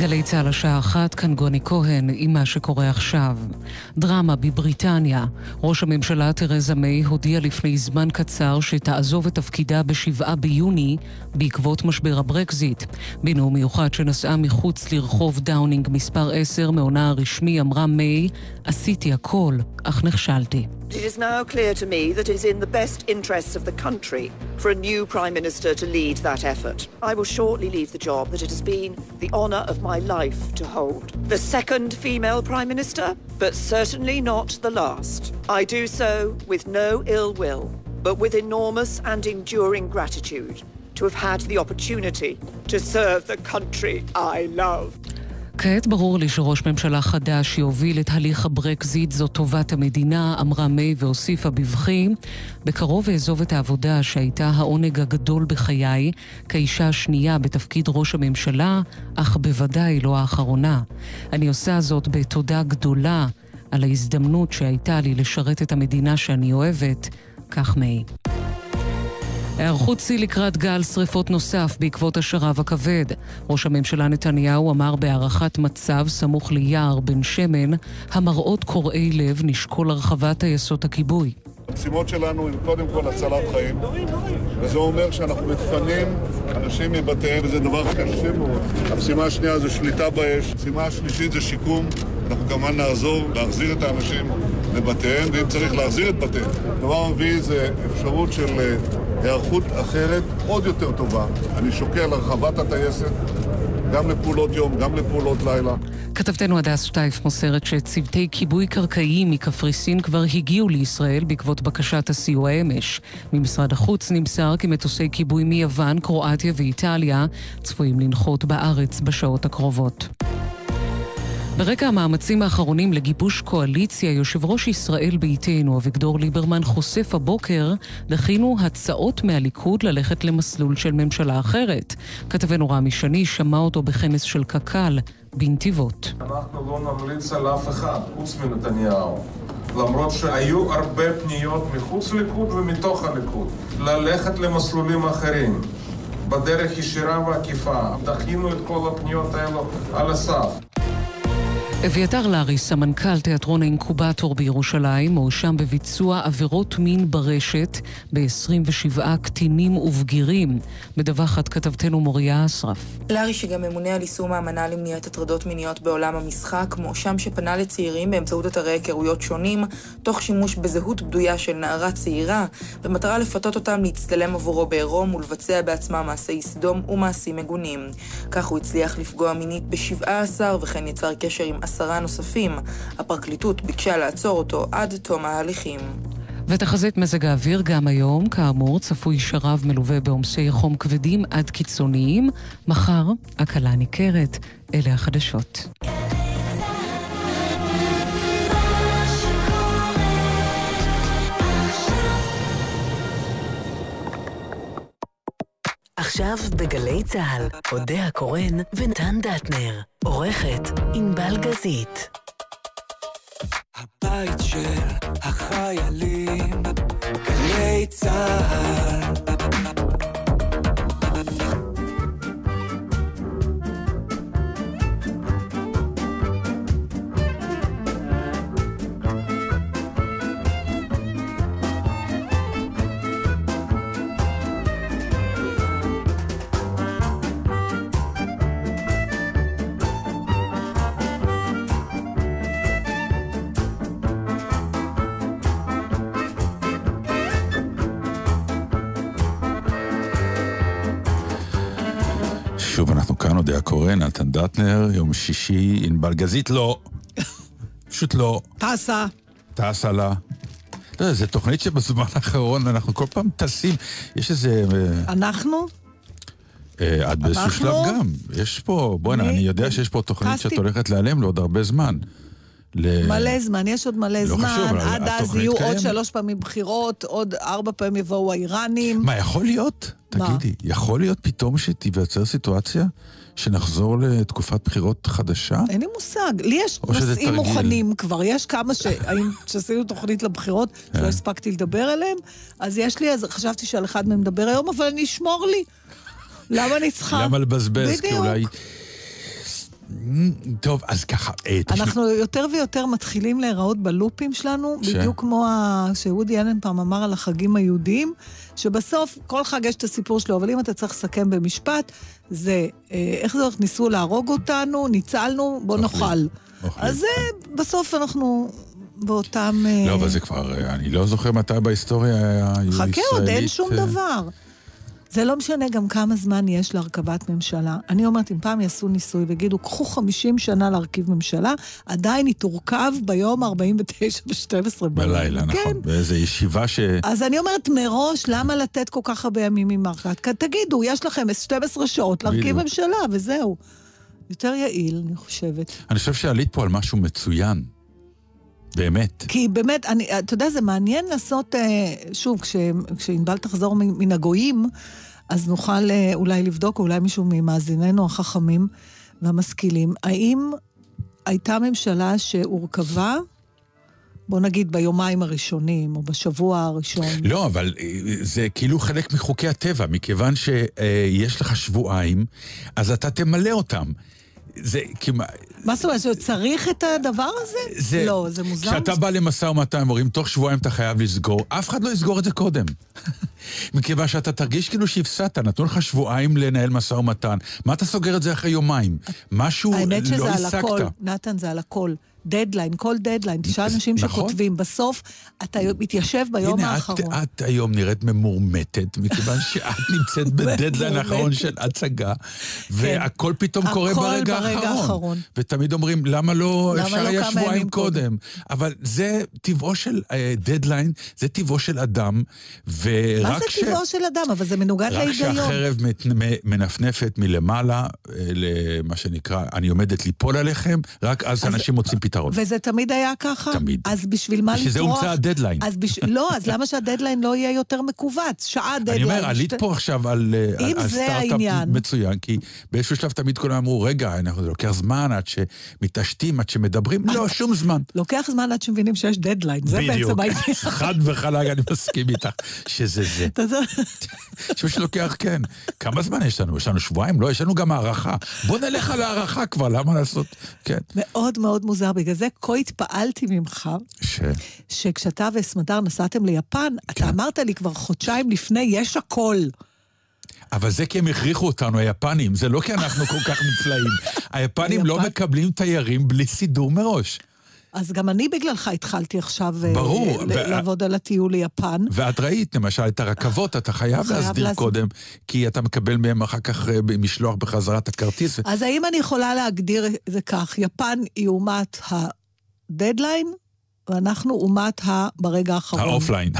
בגלי צהל השעה 1, כאן גוני כהן עם מה שקורה עכשיו. דרמה בבריטניה. ראש הממשלה תרזה מיי הודיעה לפני זמן קצר שתעזוב את תפקידה ב7 ביוני בעקבות משבר הברקזיט. בנאום מיוחד שנסעה מחוץ לרחוב דאונינג מספר 10 מעונה הרשמי אמרה מיי, עשיתי הכל, אך נכשלתי. It is now clear to me that it is in the best interests of the country for a new Prime Minister to lead that effort. I will shortly leave the job that it has been the honour of my life to hold. The second female Prime Minister, but certainly not the last. I do so with no ill will, but with enormous and enduring gratitude to have had the opportunity to serve the country I love. כעת ברור לי שראש ממשלה חדש יוביל את הליך הברקזיט, זו טובת המדינה, אמרה מיי והוסיפה בבכי, בקרוב אעזוב את העבודה שהייתה העונג הגדול בחיי, כאישה השנייה בתפקיד ראש הממשלה, אך בוודאי לא האחרונה. אני עושה זאת בתודה גדולה על ההזדמנות שהייתה לי לשרת את המדינה שאני אוהבת, כך מיי. הערכות שיא לקראת גל שריפות נוסף בעקבות השרב הכבד. ראש הממשלה נתניהו אמר בהערכת מצב סמוך ליער בן שמן, המראות קוראי לב, נשקול הרחבת טייסות הכיבוי. המשימות שלנו הן קודם כל הצלת חיים, וזה אומר שאנחנו מפנים אנשים מבתיהם, וזה דבר קשה מאוד. המשימה השנייה זה שליטה באש, המשימה השלישית זה שיקום. אנחנו כמובן נעזור להחזיר את האנשים לבתיהם, ואם צריך להחזיר את בתיהם. דבר רביעי זה אפשרות של היערכות אחרת עוד יותר טובה. אני שוקל הרחבת הטייסת, גם לפעולות יום, גם לפעולות לילה. כתבתנו הדס שטייף מוסרת שצוותי כיבוי קרקעיים מקפריסין כבר הגיעו לישראל בעקבות בקשת הסיוע אמש. ממשרד החוץ נמסר כי מטוסי כיבוי מיוון, קרואטיה ואיטליה צפויים לנחות בארץ בשעות הקרובות. ברקע המאמצים האחרונים לגיבוש קואליציה, יושב ראש ישראל ביתנו אביגדור ליברמן חושף הבוקר דחינו הצעות מהליכוד ללכת למסלול של ממשלה אחרת. כתבנו רמי שני שמע אותו בכנס של קק"ל בנתיבות. אנחנו לא נמליץ על אף אחד חוץ מנתניהו, למרות שהיו הרבה פניות מחוץ ליכוד ומתוך הליכוד ללכת למסלולים אחרים בדרך ישירה ועקיפה. דחינו את כל הפניות האלו על הסף. אביתר לרי, סמנכ"ל תיאטרון האינקובטור בירושלים, מואשם בביצוע עבירות מין ברשת ב-27 קטינים ובגירים. מדווחת כתבתנו מוריה אסרף. לרי, שגם ממונה על יישום האמנה למניעת הטרדות מיניות בעולם המשחק, מואשם שפנה לצעירים באמצעות אתרי היכרויות שונים, תוך שימוש בזהות בדויה של נערה צעירה, במטרה לפתות אותם להצטלם עבורו בעירום ולבצע בעצמם מעשי סדום ומעשים מגונים. כך הוא הצליח לפגוע מינית ב17 וכן יצר קשר עם 10 נוספים. הפרקליטות ביקשה לעצור אותו עד תום ההליכים. ותחזית מזג האוויר גם היום, כאמור, צפוי שרב מלווה בעומסי חום כבדים עד קיצוניים. מחר, הקלה ניכרת. אלה החדשות. עכשיו בגלי צהל, אודה הקורן ונתן דטנר, עורכת ענבל גזית. הבית של החיילים, גלי צהל. שוב אנחנו כאן, אודה הקורן, נתן דטנר, יום שישי, ענבל גזית, לא. פשוט לא. טסה לה. אתה יודע, זו תוכנית שבזמן האחרון אנחנו כל פעם טסים. יש איזה... אנחנו? עד באיזשהו שלב גם. יש פה, בוא'נה, אני יודע שיש פה תוכנית שאת הולכת להיעלם לעוד הרבה זמן. מלא זמן, יש עוד מלא זמן, עד אז יהיו עוד 3 פעמים בחירות, עוד 4 פעמים יבואו האיראנים. מה, יכול להיות? תגידי, יכול להיות פתאום שתיווצר סיטואציה שנחזור לתקופת בחירות חדשה? אין לי מושג. לי יש נושאים מוכנים כבר, יש כמה שעשינו תוכנית לבחירות, שלא הספקתי לדבר עליהם, אז יש לי, אז חשבתי שעל אחד מהם מדבר היום, אבל אני אשמור לי. למה אני צריכה? למה לבזבז? כי אולי... טוב, אז ככה... אנחנו יותר ויותר מתחילים להיראות בלופים שלנו, בדיוק כמו שאודי אלן פעם אמר על החגים היהודיים, שבסוף כל חג יש את הסיפור שלו, אבל אם אתה צריך לסכם במשפט, זה איך זה הולך, ניסו להרוג אותנו, ניצלנו, בוא נאכל. אז בסוף אנחנו... באותם... לא, אבל זה כבר, אני לא זוכר מתי בהיסטוריה הישראלית... חכה, עוד אין שום דבר. זה לא משנה גם כמה זמן יש להרכבת ממשלה. אני אומרת, אם פעם יעשו ניסוי וגידו, קחו 50 שנה להרכיב ממשלה, עדיין היא תורכב ביום 49 ו-12 בלילה, נכון. באיזו ישיבה אז אני אומרת מראש, למה לתת כל כך הרבה ימים ממערכת? תגידו, יש לכם 12 שעות להרכיב ממשלה, וזהו. יותר יעיל, אני חושבת. אני חושב שעלית פה על משהו מצוין. באמת. כי באמת, אתה יודע, זה מעניין לעשות, שוב, כשאינבל תחזור מן הגויים, אז נוכל אולי לבדוק, אולי מישהו ממאזיננו החכמים והמשכילים, האם הייתה ממשלה שהורכבה, בוא נגיד ביומיים הראשונים, או בשבוע הראשון? לא, אבל זה כאילו חלק מחוקי הטבע, מכיוון שיש לך שבועיים, אז אתה תמלא אותם. זה כמעט... מה זאת אומרת, צריך את הדבר הזה? לא, זה מוזר. כשאתה בא למשא ומתן, אומרים, תוך שבועיים אתה חייב לסגור, אף אחד לא יסגור את זה קודם. מכיוון שאתה תרגיש כאילו שהפסדת, נתנו לך שבועיים לנהל משא ומתן. מה אתה סוגר את זה אחרי יומיים? משהו לא הסקת. האמת שזה על הכל, נתן, זה על הכל. דדליין, כל דדליין, תשאל אנשים שכותבים, בסוף אתה מתיישב ביום האחרון. הנה, את היום נראית ממורמתת, מכיוון שאת נמצאת בדדליין האחרון של הצגה, והכל פתאום קורה ברגע האחרון. ותמיד אומרים, למה לא אפשר היה שבועיים קודם? אבל זה טבעו של דדליין, זה טבעו של אדם, מה זה טבעו של אדם? אבל זה מנוגד להיגיון. רק שהחרב מנפנפת מלמעלה, למה שנקרא, אני עומדת ליפול עליכם, רק אז אנשים מוצאים פתרון. וזה תמיד היה ככה? תמיד. אז בשביל מה לטרוח? שזה הומצא הדדליין. לא, אז למה שהדדליין לא יהיה יותר מקובץ? שעה דדליין. אני אומר, עלית פה עכשיו על סטארט-אפ מצוין, כי באיזשהו שלב תמיד כולם אמרו, רגע, זה לוקח זמן עד שמתעשתים, עד שמדברים, לא, שום זמן. לוקח זמן עד שמבינים שיש דדליין, זה בעצם העניין. חד וחלק, אני מסכים איתך, שזה זה. שלוקח, כן. כמה זמן יש לנו? יש לנו שבועיים? לא, יש לנו גם הערכה. בוא נלך על הערכה כבר, למה לעשות? כן. מאוד מאוד מוזר, בגלל זה כה התפעלתי ממך, שכשאתה וסמדר נסעתם ליפן, אתה אמרת לי כבר חודשיים לפני, יש הכל. אבל זה כי הם הכריחו אותנו, היפנים, זה לא כי אנחנו כל כך נפלאים. היפנים לא מקבלים תיירים בלי סידור מראש. אז גם אני בגללך התחלתי עכשיו לעבוד על הטיול ליפן. ואת ראית, למשל, את הרכבות, אתה חייב להסדיר קודם, כי אתה מקבל מהם אחר כך משלוח בחזרת הכרטיס. אז האם אני יכולה להגדיר זה כך, יפן היא אומת הדדליין, ואנחנו אומת ברגע האחרון. האופליין.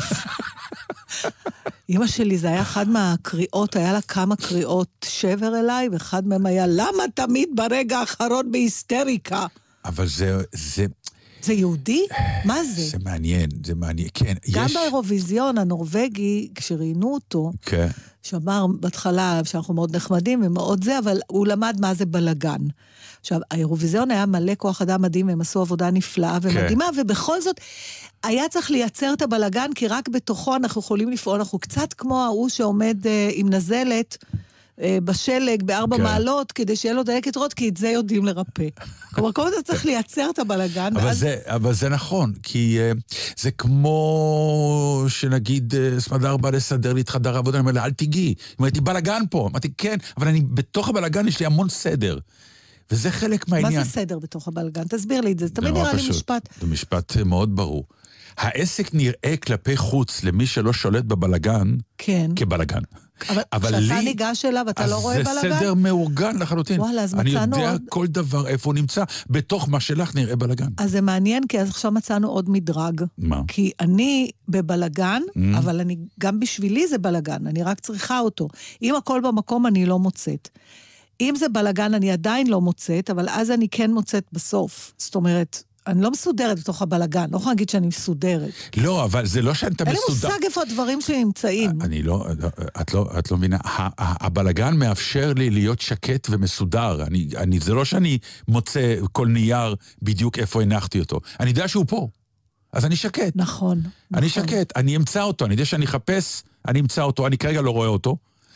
אמא שלי, זה היה אחד מהקריאות, היה לה כמה קריאות שבר אליי, ואחד מהם היה, למה תמיד ברגע האחרון בהיסטריקה? אבל זה יהודי? מה זה? זה מעניין, זה מעניין, כן. גם באירוויזיון הנורווגי, כשראינו אותו, כן. שאמר בהתחלה שאנחנו מאוד נחמדים ומאוד זה, אבל הוא למד מה זה בלגן. עכשיו, האירוויזיון היה מלא כוח אדם מדהים, הם עשו עבודה נפלאה ומדהימה, ובכל זאת היה צריך לייצר את הבלגן, כי רק בתוכו אנחנו יכולים לפעול, אנחנו קצת כמו ההוא שעומד עם נזלת, בשלג, ב4 מעלות, כדי שיהיה לו דייקת רות, כי את זה יודעים לרפא. כלומר, כל זה צריך לייצר את הבלגן. אבל זה נכון, כי זה כמו שנגיד, סמדר בא לסדר לי את חדר העבודה, אני אומר לה, אל תיגעי. אמרתי, בלגן פה. אמרתי, כן, אבל בתוך הבלגן יש לי המון סדר. וזה חלק מהעניין. מה זה סדר בתוך הבלגן? תסביר לי את זה. תמיד נראה לי משפט. זה משפט מאוד ברור. העסק נראה כלפי חוץ למי שלא שולט בבלגן, כבלגן. אבל כשאתה ניגש אליו, אתה לא רואה בלגן? אז זה סדר מאורגן לחלוטין. וואלה, אז מצאנו אני יודע כל דבר איפה הוא נמצא, בתוך מה שלך נראה בלגן. אז זה מעניין, כי אז עכשיו מצאנו עוד מדרג. מה? כי אני בבלגן, אבל גם בשבילי זה בלגן, אני רק צריכה אותו. אם הכל במקום, אני לא מוצאת. אם זה בלגן, אני עדיין לא מוצאת, אבל אז אני כן מוצאת בסוף. זאת אומרת, אני לא מסודרת בתוך הבלגן, לא יכולה להגיד שאני מסודרת. לא, אבל זה לא שאתה מסודר. אין לי מושג איפה הדברים שנמצאים. אני לא, את לא מבינה. הבלגן מאפשר לי להיות שקט ומסודר. זה לא שאני מוצא כל נייר בדיוק איפה הנחתי אותו. אני יודע שהוא פה. אז אני שקט. נכון. אני שקט, אני אמצא אותו. אני יודע שאני אחפש, אני אמצא אותו. אני כרגע לא רואה אותו.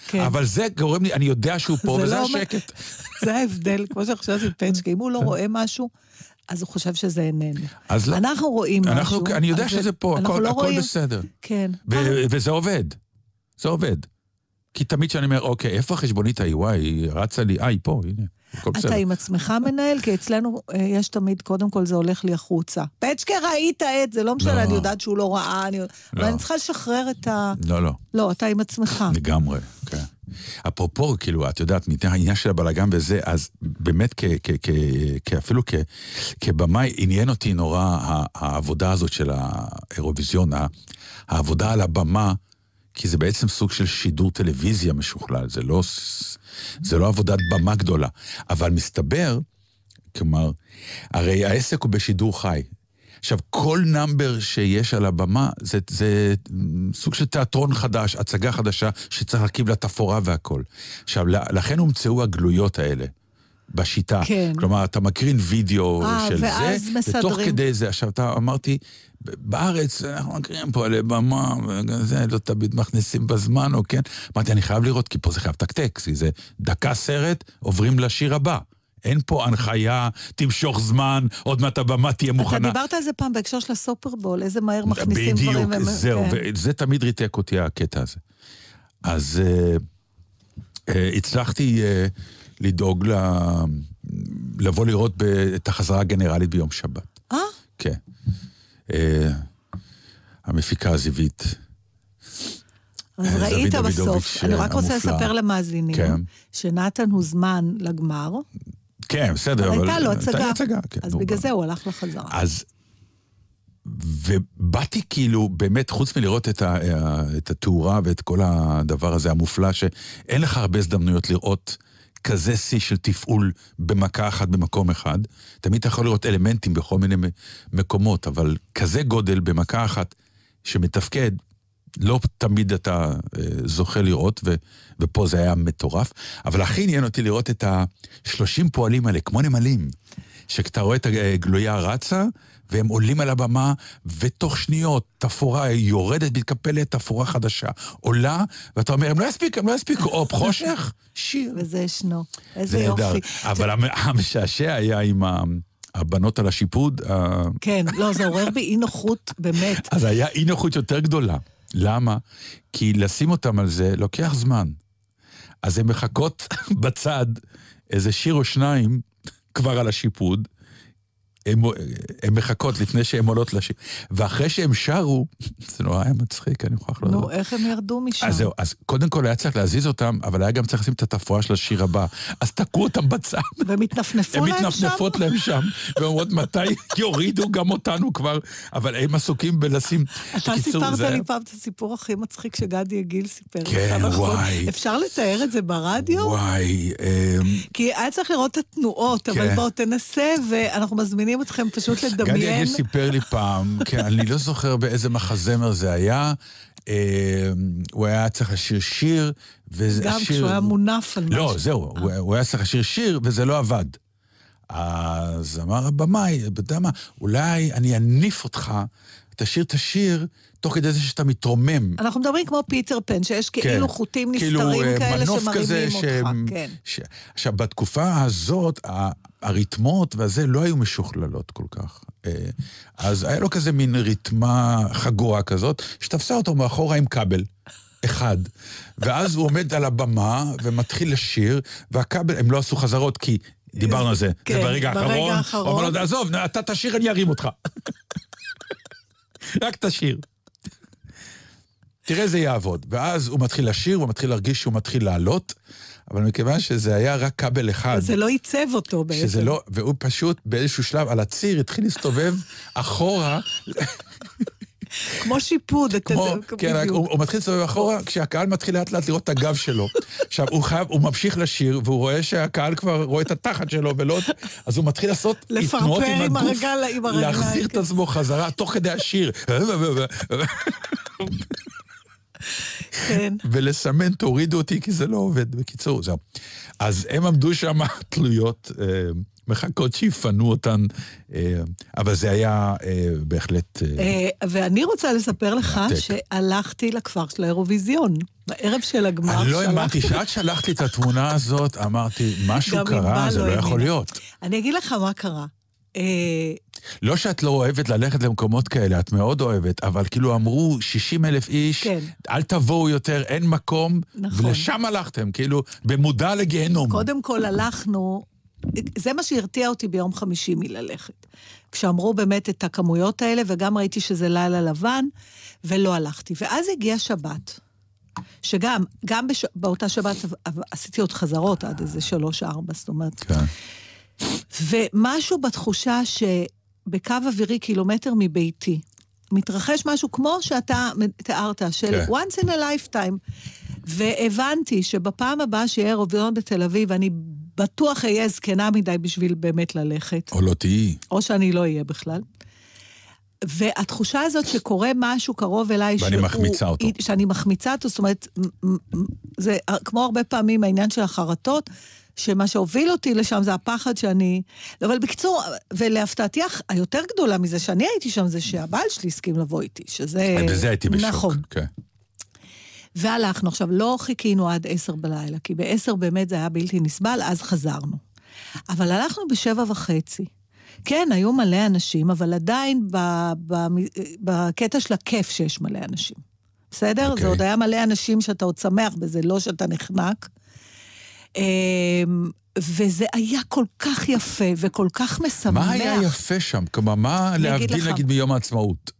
אבל זה גורם לי, אני יודע שהוא פה, וזה השקט. זה ההבדל, כמו שחשבתי פצ'קה, אם הוא לא רואה משהו, אז הוא חושב שזה איננו. אנחנו רואים משהו. אני יודע שזה פה, הכל בסדר. כן. וזה עובד. זה עובד. כי תמיד שאני אומר, אוקיי, איפה החשבונית וואי, היא רצה לי, היא פה, הנה. אתה עם עצמך מנהל, כי אצלנו יש תמיד, קודם כל זה הולך לי החוצה. פצ'קה, ראית את זה, לא משנה, אני יודעת שהוא לא ראה, אבל אני צריכה לשחרר את ה... לא. לא, אתה עם עצמך. לגמרי, כן. אפרופו, כאילו, את יודעת, העניין של הבלגן וזה, אז באמת, אפילו כבמאי, עניין אותי נורא העבודה הזאת של האירוויזיון, העבודה על הבמה, כי זה בעצם סוג של שידור טלוויזיה משוכלל, זה לא עבודת במה גדולה. אבל מסתבר, כלומר, הרי העסק הוא בשידור חי. עכשיו, כל נאמבר שיש על הבמה, זה סוג של תיאטרון חדש, הצגה חדשה, שצריך להרכיב לה תפאורה והכל. עכשיו, לכן הומצאו הגלויות האלה. בשיטה. כן. כלומר, אתה מקרין וידאו של זה, מסדרים. ותוך כדי זה, עכשיו אתה אמרתי, בארץ אנחנו מקרינים פה על במה, וזה לא תמיד מכניסים בזמן, או כן. אמרתי, אני חייב לראות, כי פה זה חייב תקתק, זה דקה סרט, עוברים לשיר הבא. אין פה הנחיה, תמשוך זמן, עוד מעט הבמה תהיה מוכנה. אתה דיברת על זה פעם בהקשר של הסופרבול, איזה מהר מכניסים דברים. בדיוק, זהו, וזה תמיד ריתק אותי הקטע הזה. אז הצלחתי לדאוג לבוא לראות את החזרה הגנרלית ביום שבת. כן. המפיקה הזיווית. אז ראית בסוף, אני רק רוצה לספר למאזינים, שנתן הוזמן לגמר. כן, בסדר. הייתה לו הצגה. אז בגלל זה הוא הלך לחזרה. אז, ובאתי כאילו, באמת, חוץ מלראות את התאורה ואת כל הדבר הזה המופלא, שאין לך הרבה הזדמנויות לראות כזה שיא של תפעול במכה אחת במקום אחד. תמיד אתה יכול לראות אלמנטים בכל מיני מקומות, אבל כזה גודל במכה אחת שמתפקד, לא תמיד אתה זוכה לראות, ופה זה היה מטורף, אבל הכי עניין אותי לראות את 30 פועלים האלה, כמו נמלים, שכתה רואה את הגלויה רצה, והם עולים על הבמה, ותוך שניות תפורה יורדת, מתקפלת, תפורה חדשה עולה, ואתה אומר, הם לא יספיקו, או חושך, שיר. וזה ישנו, איזה יופי. אבל המשעשע היה עם הבנות על השיפוד. כן, לא, זה עורר בי אי נוחות, באמת. אז היה אי נוחות יותר גדולה. למה? כי לשים אותם על זה לוקח זמן. אז הן מחכות בצד איזה שיר או שניים כבר על השיפוד, הן מחכות לפני שהן עולות לשיר. ואחרי שהן שרו, זה נורא היה מצחיק, אני מוכרח לדעת. נו, איך הם ירדו משם? אז זהו, אז קודם כל היה צריך להזיז אותם, אבל היה גם צריך לשים את התפורה של השיר הבא. אז תקעו אותם בצד. ומתנפנפו להם שם? הן מתנפנפות להם שם, ואומרות מתי יורידו גם אותנו כבר, אבל הם עסוקים בלשים... אתה סיפרת לי פעם את הסיפור הכי מצחיק שגדי הגיל סיפר. כן, וואי. אפשר לתאר את זה ברדיו? וואי. כי היה צריך לראות את התנועות, אבל בוא תנסה, ואנחנו מזמינים אתכם פשוט לדמיין. גדי הגיל סיפר לי פעם, כן, אני לא זוכר באיזה מחזמר זה היה, הוא היה צריך לשיר שיר, גם כשהוא היה מונף על משהו. לא, זהו, הוא היה צריך לשיר שיר, וזה לא עבד. אז אמר הבמאי, אתה יודע מה, אולי אני אניף אותך, תשיר את השיר, תוך כדי זה שאתה מתרומם. אנחנו מדברים כמו פיטר פן, שיש כאילו חוטים נסתרים כאלה שמרימים אותך. עכשיו, בתקופה הזאת, הריתמות והזה לא היו משוכללות כל כך. אז היה לו כזה מין ריתמה חגורה כזאת, שתפסה אותו מאחורה עם כבל. אחד. ואז הוא עומד על הבמה ומתחיל לשיר, והכבל, הם לא עשו חזרות כי דיברנו על זה. זה ברגע האחרון. הוא אומר לו, עזוב, אתה תשיר, אני ארים אותך. רק תשיר. תראה זה יעבוד. ואז הוא מתחיל לשיר, הוא מתחיל להרגיש שהוא מתחיל לעלות, אבל מכיוון שזה היה רק כבל אחד. זה לא ייצב אותו בעצם. שזה לא, והוא פשוט באיזשהו שלב על הציר התחיל להסתובב אחורה. כמו שיפוד. כן, הוא מתחיל להסתובב אחורה, כשהקהל מתחיל לאט לאט לראות את הגב שלו. עכשיו, הוא ממשיך לשיר, והוא רואה שהקהל כבר רואה את התחת שלו, אז הוא מתחיל לעשות תנועות עם הגוף, להחזיר את עצמו חזרה, תוך כדי השיר. כן. ולסמן, תורידו אותי, כי זה לא עובד, בקיצור, זהו. אז הם עמדו שם תלויות, מחכות שיפנו אותן, אבל זה היה בהחלט... ואני רוצה לספר לך שהלכתי לכפר של האירוויזיון, בערב של הגמר. אני לא אמרתי, שאת שלחת לי את התמונה הזאת, אמרתי, משהו קרה, זה לא יכול להיות. אני אגיד לך מה קרה. לא שאת לא אוהבת ללכת למקומות כאלה, את מאוד אוהבת, אבל כאילו אמרו 60,000 איש, אל תבואו יותר, אין מקום, ולשם הלכתם, כאילו במודע לגיהנום. קודם כל הלכנו, זה מה שהרתיע אותי ביום חמישי מללכת. כשאמרו באמת את הכמויות האלה, וגם ראיתי שזה לילה לבן, ולא הלכתי. ואז הגיעה שבת, שגם באותה שבת עשיתי עוד חזרות עד איזה 3-4, זאת אומרת. כן. ומשהו בתחושה שבקו אווירי קילומטר מביתי, מתרחש משהו כמו שאתה תיארת, של once in a lifetime, והבנתי שבפעם הבאה שיהיה אירוויזיון בתל אביב, אני בטוח אהיה זקנה מדי בשביל באמת ללכת. או לא תהיי. או שאני לא אהיה בכלל. והתחושה הזאת שקורה משהו קרוב אליי, ואני מחמיצה אותו. שאני מחמיצה אותו, זאת אומרת, זה כמו הרבה פעמים העניין של החרטות, שמה שהוביל אותי לשם זה הפחד שאני... אבל בקיצור, ולהפתעתי היותר גדולה מזה שאני הייתי שם, זה שהבעל שלי הסכים לבוא איתי, שזה... בזה הייתי בשוק. נכון. כן. והלכנו, עכשיו לא חיכינו עד 10 בלילה, כי ב10 באמת זה היה בלתי נסבל, אז חזרנו. אבל הלכנו ב7:30. כן, היו מלא אנשים, אבל עדיין בקטע של הכיף שיש מלא אנשים. בסדר? זה עוד היה מלא אנשים שאתה עוד שמח בזה, לא שאתה נחנק. וזה היה כל כך יפה וכל כך משמח. מה היה יפה שם? כלומר, מה להבדיל נגיד מיום העצמאות?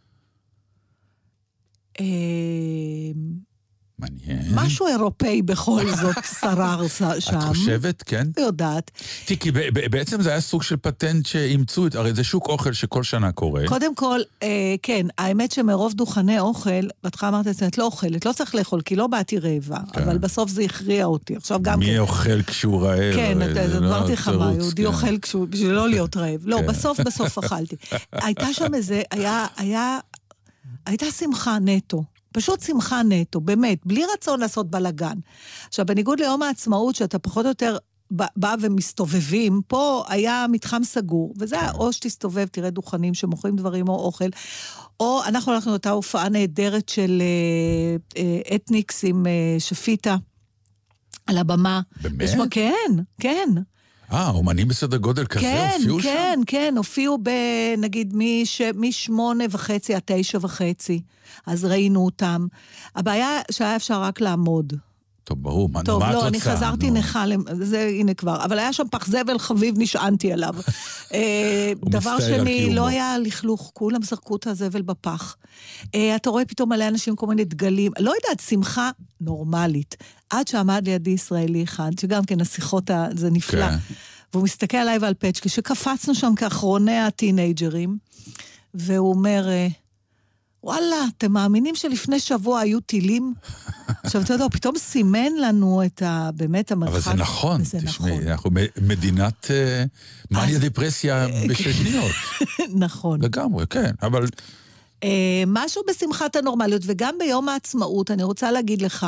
מעניין. משהו אירופאי בכל זאת שרר שם. את חושבת, כן? יודעת. כי בעצם זה היה סוג של פטנט שאימצו, הרי זה שוק אוכל שכל שנה קורה. קודם כל, כן, האמת שמרוב דוכני אוכל, בהתחלה אמרת, את לא אוכלת, לא צריך לאכול, כי לא באתי רעבה, אבל בסוף זה הכריע אותי. עכשיו גם מי אוכל כשהוא רעב? כן, אמרתי לך מה, יהודי אוכל בשביל לא להיות רעב. לא, בסוף אכלתי. הייתה שם איזה, הייתה שמחה נטו. פשוט שמחה נטו, באמת, בלי רצון לעשות בלגן. עכשיו, בניגוד ליום העצמאות, שאתה פחות או יותר בא ומסתובבים, פה היה מתחם סגור, וזה היה או שתסתובב, תראה דוכנים שמוכרים דברים או אוכל, או אנחנו הלכנו אותה הופעה נהדרת של אתניקס עם שפיטה על הבמה. באמת? כן. אומנים בסדר גודל כזה הופיעו שם? כן, הופיעו נגיד מ8:30 עד 9:30, אז ראינו אותם. הבעיה שהיה אפשר רק לעמוד. טוב, ברור, מה טוב, התוצאה? לא, אני חזרתי נכה, זה הנה כבר, אבל היה שם פח זבל חביב, נשענתי עליו. דבר שני, לא היה לכלוך, כולם זרקו את הזבל בפח. אתה רואה פתאום מלא אנשים כל מיני דגלים, לא יודעת, שמחה נורמלית. עד שעמד לידי ישראלי אחד, שגם כן השיחות, זה נפלא. והוא מסתכל עליי ועל פצ'קי, שקפצנו שם כאחרוני הטינג'רים, והוא אומר... וואלה, אתם מאמינים שלפני שבוע היו טילים? עכשיו, אתה יודע, פתאום סימן לנו את באמת המרחק. אבל זה נכון, תשמעי, אנחנו מדינת מניה דיפרסיה בשניות. נכון. לגמרי, כן, אבל... משהו בשמחת הנורמליות, וגם ביום העצמאות, אני רוצה להגיד לך,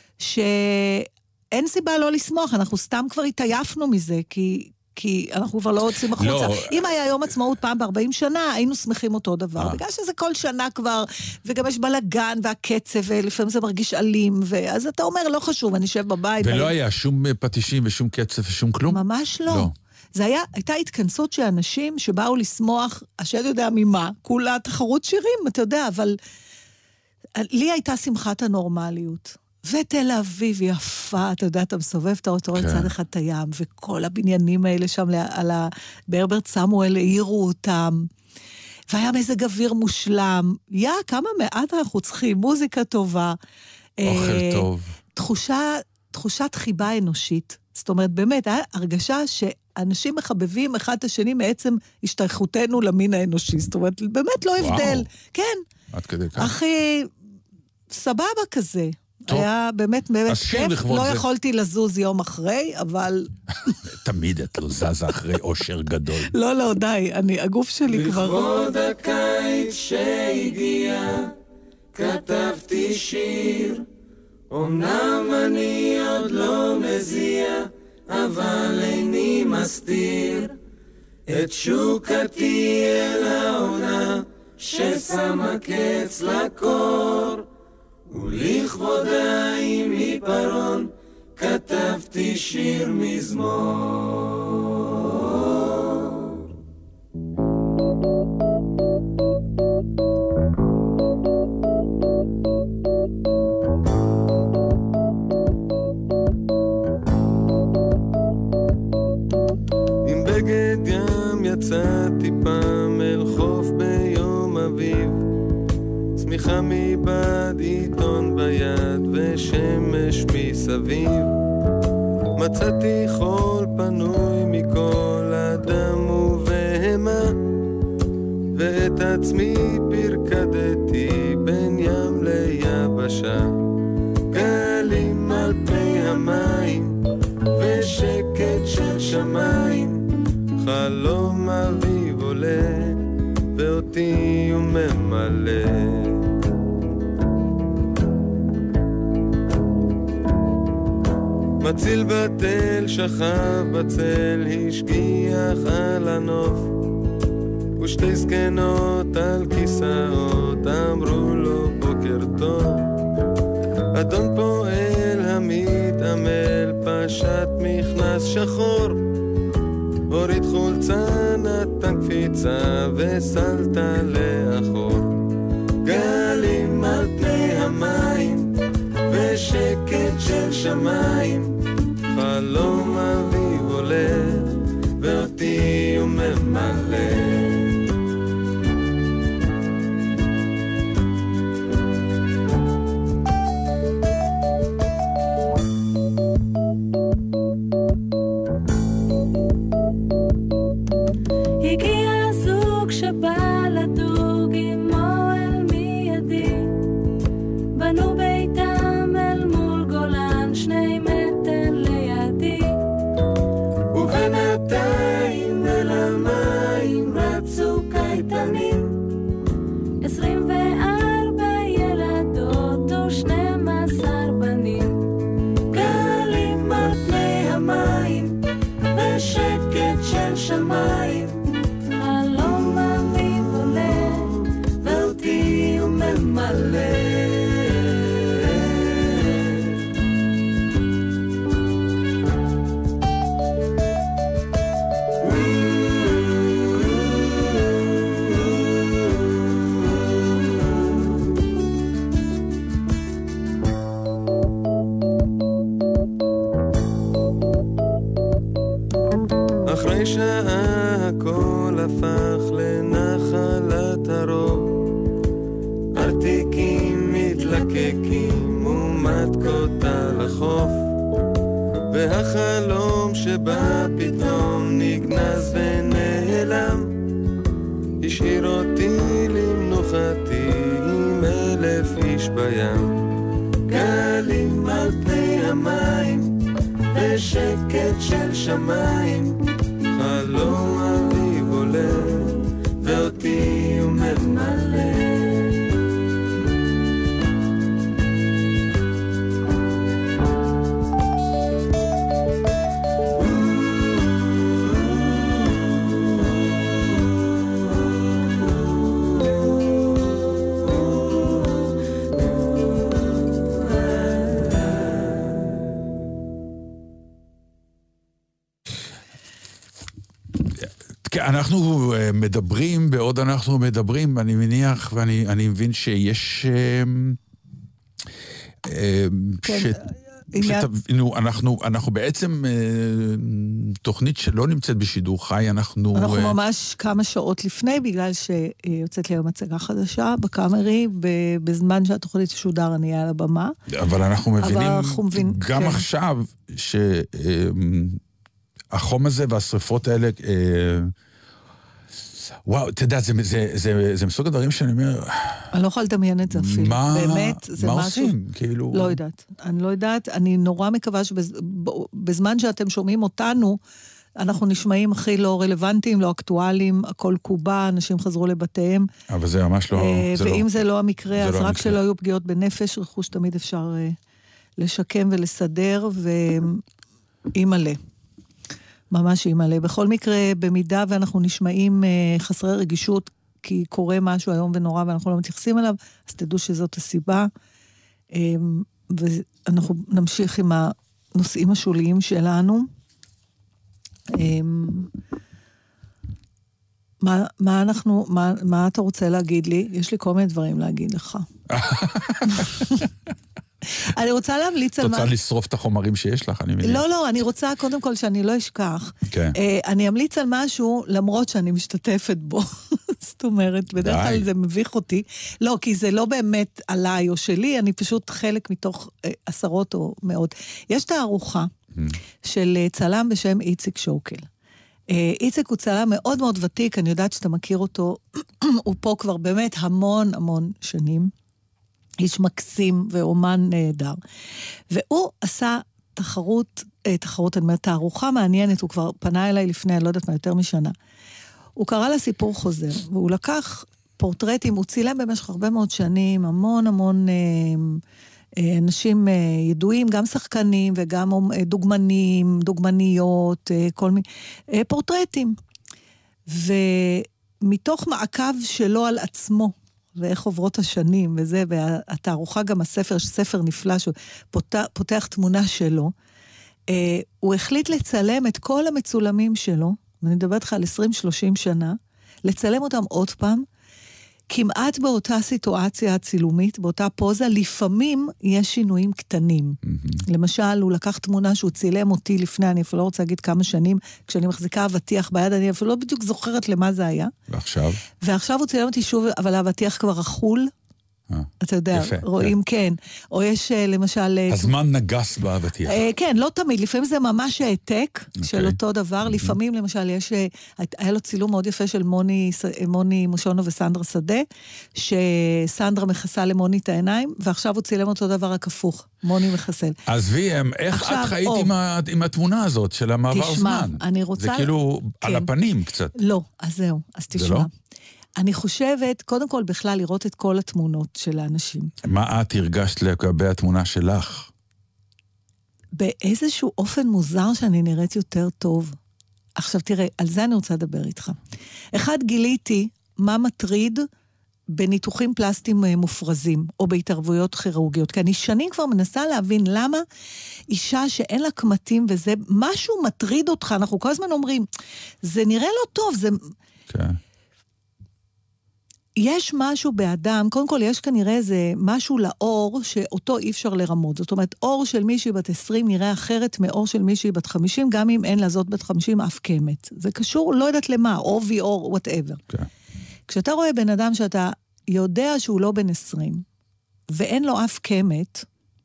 שאין סיבה לא לשמוח, אנחנו סתם כבר התעייפנו מזה, כי אנחנו כבר לא רוצים החוצה. לא. אם היה יום עצמאות פעם ב-40 שנה, היינו שמחים אותו דבר. בגלל שזה כל שנה כבר, וגם יש בלגן והקצב, ולפעמים זה מרגיש אלים, אז אתה אומר, לא חשוב, אני אשב בבית. ולא היה שום פטישים ושום קצב ושום כלום? ממש לא. זה הייתה התכנסות של אנשים שבאו לשמוח, השד יודע ממה, כולה תחרות שירים, אתה יודע, אבל לי הייתה שמחת הנורמליות. ותל אביב יפה, אתה יודע, אתה מסובב את האוטו, רואה צד אחד הים, וכל הבניינים האלה שם בהרברט סמואל העירו אותם, והיה מזג אוויר מושלם, כמה מעט אנחנו צריכים, מוזיקה טובה. אוכל טוב. תחושת חיבה אנושית. זאת אומרת, באמת, היה הרגשה שאנשים מחבבים אחד את השני מעצם השתייכותנו למין האנושי. זאת אומרת, באמת לא הבדל. כן. עד כדי כך. הכי סבבה כזה. היה באמת כיף, לא יכולתי לזוז יום אחרי, אבל... תמיד את לא זזה אחרי אושר גדול. לא, די, הגוף שלי כבר... לכבוד הקיץ שהגיע, כתבתי שיר, אמנם אני עוד לא מזיע, אבל איני מסתיר את שוקתי אל העונה ששמה קץ לקור, ולכבודה עם עיפרון כתבתי שיר מזמור. עם בגד ים יצאתי פעם אל חוף ביום אביב, צמיחה מבעד עיתון ביד ושמש מסביב, מצאתי חול פנוי מכל אדם ובהמה, ואת עצמי פרקדתי בין ים ליבשה, גלים על פני המים ושקט של שמיים, חלום אביב עולה ואותי הוא ממלא. מציל בתל שכב בצל, השגיח על הנוף, ושתי זקנות על כיסאות אמרו לו בוקר טוב. אדון פועל המתעמל פשט מכנס שחור, הוריד חולצה נתן קפיצה וסלטה לאחור, גלים על פני המים ושקט של שמיים, חלום אביב עולה ואותי הוא ממלא. והחלום שבא פתאום נגנז ונעלם, השאיר אותי למנוחתי עם 1000 איש בים, גלים על פני המים ושקט של שמיים, חלום אביב עולה ואותי הוא ממלא. אנחנו מדברים, בעוד אנחנו מדברים, אני מניח ואני מבין שיש שתבינו, אנחנו בעצם תוכנית שלא נמצאת בשידור חי, אנחנו ממש כמה שעות לפני, בגלל שיוצאת לי היום הצגה חדשה בקאמרי, בזמן שהתוכנית תשודר אני על הבמה. אבל אנחנו מבינים גם עכשיו שהחום הזה והשריפות האלה, וואו, אתה יודע, זה מסוג הדברים שאני אומר... אני לא יכולה לדמיין את זה אפילו. באמת, זה מה משהו... עושים? כאילו... לא יודעת. אני לא יודעת. אני נורא מקווה שבזמן שאתם שומעים אותנו, אנחנו נשמעים הכי לא רלוונטיים, לא אקטואליים, הכל קובה, אנשים חזרו לבתיהם. אבל זה ממש לא... ואם זה לא המקרה, אז רק שלא היו פגיעות בנפש, רכוש תמיד אפשר לשקם ולסדר, ואי מלא. ממש אימא'לה. בכל מקרה, במידה ואנחנו נשמעים חסרי רגישות, כי קורה משהו היום ונורא ואנחנו לא מתייחסים אליו, אז תדעו שזאת הסיבה. ואנחנו נמשיך עם הנושאים השוליים שלנו. מה אתה רוצה להגיד לי? יש לי כל מיני דברים להגיד לך. אני רוצה להמליץ על מה... את רוצה לשרוף את החומרים שיש לך, אני מניח. לא, אני רוצה קודם כל שאני לא אשכח. אני אמליץ על משהו, למרות שאני משתתפת בו. זאת אומרת, בדרך כלל זה מביך אותי. לא, כי זה לא באמת עליי או שלי, אני פשוט חלק מתוך עשרות או מאות. יש תערוכה של צלם בשם איציק שוקל. איציק הוא צלם מאוד מאוד ותיק, אני יודעת שאתה מכיר אותו, הוא פה כבר באמת המון המון שנים. איש מקסים ואומן נהדר. והוא עשה תחרות, אני אומרת, תערוכה מעניינת, הוא כבר פנה אליי לפני, אני לא יודעת מה, יותר משנה. הוא קרא לה סיפור חוזר, והוא לקח פורטרטים, הוא צילם במשך הרבה מאוד שנים, המון המון אנשים ידועים, גם שחקנים וגם דוגמנים, דוגמניות, כל מיני פורטרטים. ומתוך מעקב שלו על עצמו, ואיך עוברות השנים, וזה, והתערוכה גם הספר, ספר נפלא, שפותח תמונה שלו, הוא החליט לצלם את כל המצולמים שלו, ואני מדברת לך על 20-30 שנה, לצלם אותם עוד פעם, כמעט באותה סיטואציה הצילומית, באותה פוזה, לפעמים יש שינויים קטנים. למשל, הוא לקח תמונה שהוא צילם אותי לפני, אני אפילו לא רוצה להגיד כמה שנים, כשאני מחזיקה אבטיח ביד, אני אפילו לא בדיוק זוכרת למה זה היה. ועכשיו הוא צילם אותי שוב, אבל האבטיח כבר אכול, אתה יודע, רואים, כן. או יש למשל... הזמן נגס באבטיח. כן, לא תמיד, לפעמים זה ממש העתק של אותו דבר, לפעמים למשל יש, היה לו צילום מאוד יפה של מוני מושונו וסנדרה שדה, שסנדרה מכסה למוני את העיניים, ועכשיו הוא צילם אותו דבר רק הפוך, מוני מחסל. אז ויים, איך את חיית עם התמונה הזאת של המעבר זמן? תשמע, אני רוצה... זה כאילו על הפנים קצת. לא, אז זהו, אז תשמע. אני חושבת, קודם כל בכלל לראות את כל התמונות של האנשים. מה את הרגשת לגבי התמונה שלך? באיזשהו אופן מוזר שאני נראית יותר טוב. עכשיו תראה, על זה אני רוצה לדבר איתך. אחד, גיליתי מה מטריד בניתוחים פלסטיים מופרזים, או בהתערבויות כירורגיות. כי אני שנים כבר מנסה להבין למה אישה שאין לה קמטים וזה, משהו מטריד אותך, אנחנו כל הזמן אומרים, זה נראה לא טוב, זה... כן. יש משהו באדם, קודם כל יש כנראה איזה משהו לאור שאותו אי אפשר לרמוד. זאת אומרת, אור של מישהי בת 20 נראה אחרת מאור של מישהי בת 50, גם אם אין לזאת בת 50 אף קמת. זה קשור, לא יודעת למה, אובי, אור, whatever. Okay. כשאתה רואה בן אדם שאתה יודע שהוא לא בן 20, ואין לו אף קמת,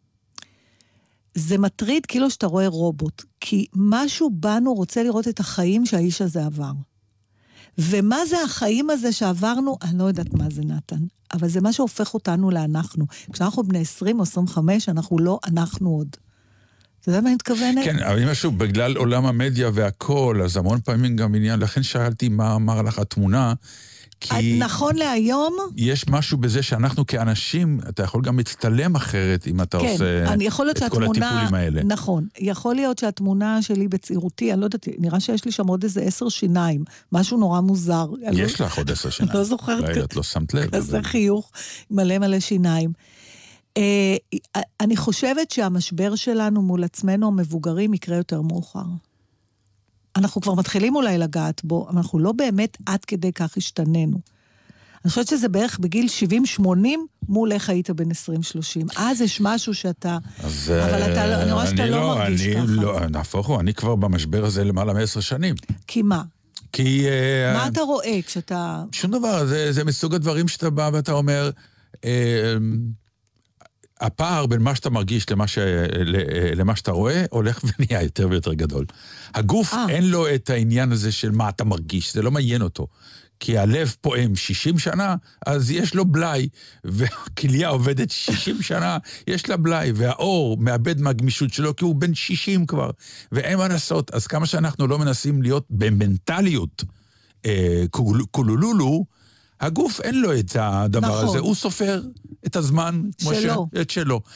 זה מטריד כאילו שאתה רואה רובוט. כי משהו בנו רוצה לראות את החיים שהאיש הזה עבר. ומה זה החיים הזה שעברנו? אני לא יודעת מה זה נתן, אבל זה מה שהופך אותנו לאנחנו. כשאנחנו בני 20 או 25, אנחנו לא אנחנו עוד. אתה יודע מה אני מתכוונת? כן, אבל משהו, בגלל עולם המדיה והכל, אז המון פעמים גם עניין, לכן שאלתי מה אמר לך התמונה, כי... נכון להיום... יש משהו בזה שאנחנו כאנשים, אתה יכול גם להצטלם אחרת אם אתה עושה את כל הטיפולים האלה. נכון. יכול להיות שהתמונה שלי בצעירותי, אני לא יודעת, נראה שיש לי שם עוד איזה 10 שיניים, משהו נורא מוזר. יש לך עוד 10 שיניים. לא זוכרת. את לא שמת לב. כזה חיוך, מלא מלא שיניים. אני חושבת שהמשבר שלנו מול עצמנו המבוגרים יקרה יותר מאוחר. אנחנו כבר מתחילים אולי לגעת בו, אבל אנחנו לא באמת עד כדי כך השתננו. אני חושבת שזה בערך בגיל 70-80, מול איך היית בין 20-30. אז יש משהו שאתה... אבל אני רואה שאתה לא מרגיש ככה. לא, נהפוך הוא, אני כבר במשבר הזה למעלה מ10 שנים. כי מה? כי... מה אתה רואה כשאתה... שום דבר, זה מסוג הדברים שאתה בא ואתה אומר... הפער בין מה שאתה מרגיש למה שאתה רואה, הולך ונהיה יותר ויותר גדול. הגוף אין לו את העניין הזה של מה אתה מרגיש, זה לא מעניין אותו. כי הלב פועם 60 שנה, אז יש לו בלי, והכליה עובדת 60 שנה, יש לה בלי, והאור מאבד מהגמישות שלו, כי הוא בן 60 כבר, ואין מה לעשות. אז כמה שאנחנו לא מנסים להיות במנטליות קולולולו, הגוף אין לו את הדבר הזה, הוא סופר את הזמן, את שלו.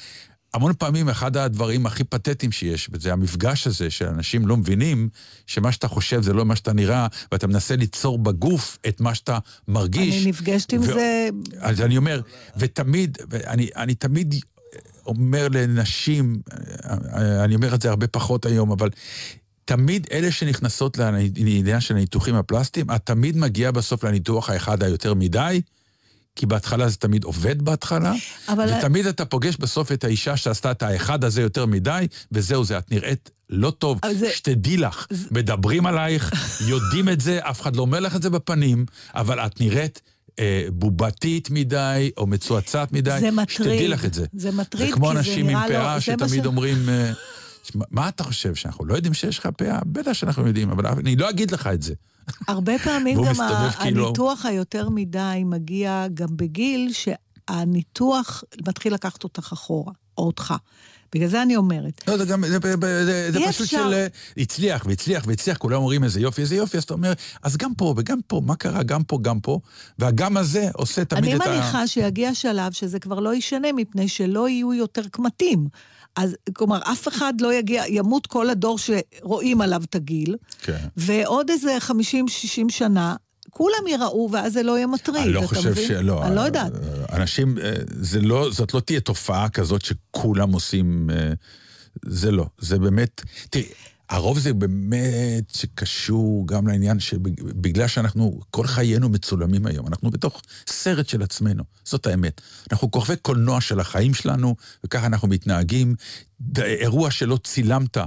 המון פעמים אחד הדברים הכי פתטיים שיש, וזה המפגש הזה שאנשים לא מבינים, שמה שאתה חושב זה לא מה שאתה נראה, ואתה מנסה ליצור בגוף את מה שאתה מרגיש. אני נפגשת עם זה... אז אני אומר, ותמיד, אני תמיד אומר לנשים, אני אומר את זה הרבה פחות היום, אבל תמיד אלה שנכנסות לעניין של הניתוחים הפלסטיים, את תמיד מגיעה בסוף לניתוח האחד היותר מדי, כי בהתחלה זה תמיד עובד בהתחלה, ותמיד אתה פוגש בסוף את האישה שעשתה את האחד הזה יותר מדי, וזהו זה, את נראית לא טוב, שתדעי לך, מדברים עלייך, יודעים את זה, אף אחד לא אומר לך את זה בפנים, אבל את נראית בובתית מדי, או מצועצעת מדי, שתדעי לך את זה. זה מטריד, זה כמו אנשים עם פאה שתמיד אומרים, מה אתה חושב, שאנחנו לא יודעים שיש לך פאה? בטח שאנחנו יודעים, אבל אני לא אגיד לך את זה. הרבה פעמים גם הניתוח היותר מדי מגיע גם בגיל שהניתוח מתחיל לקחת אותך אחורה, או אותך. בגלל זה אני אומרת. לא, זה פשוט של הצליח והצליח והצליח, כולם אומרים איזה יופי, אז אתה אומר, אז גם פה וגם פה, מה קרה? גם פה, גם פה, והגם הזה עושה תמיד את ה... אני מניחה שיגיע שלב שזה כבר לא ישנה, מפני שלא יהיו יותר קמטים. אז, כלומר, אף אחד לא יגיע, ימות כל הדור שרואים עליו את הגיל, כן. ועוד איזה 50-60 שנה, כולם יראו, ואז זה לא יהיה מטריד. אני לא חושב שלא. אני לא יודעת. אנשים, זאת לא תהיה תופעה כזאת שכולם עושים, זה לא. זה באמת, תראי, הרוב זה באמת שקשור גם לעניין שבגלל שאנחנו כל חיינו מצולמים היום, אנחנו בתוך סרט של עצמנו, זאת האמת. אנחנו כוכבי קולנוע של החיים שלנו, וככה אנחנו מתנהגים. אירוע שלא צילמת,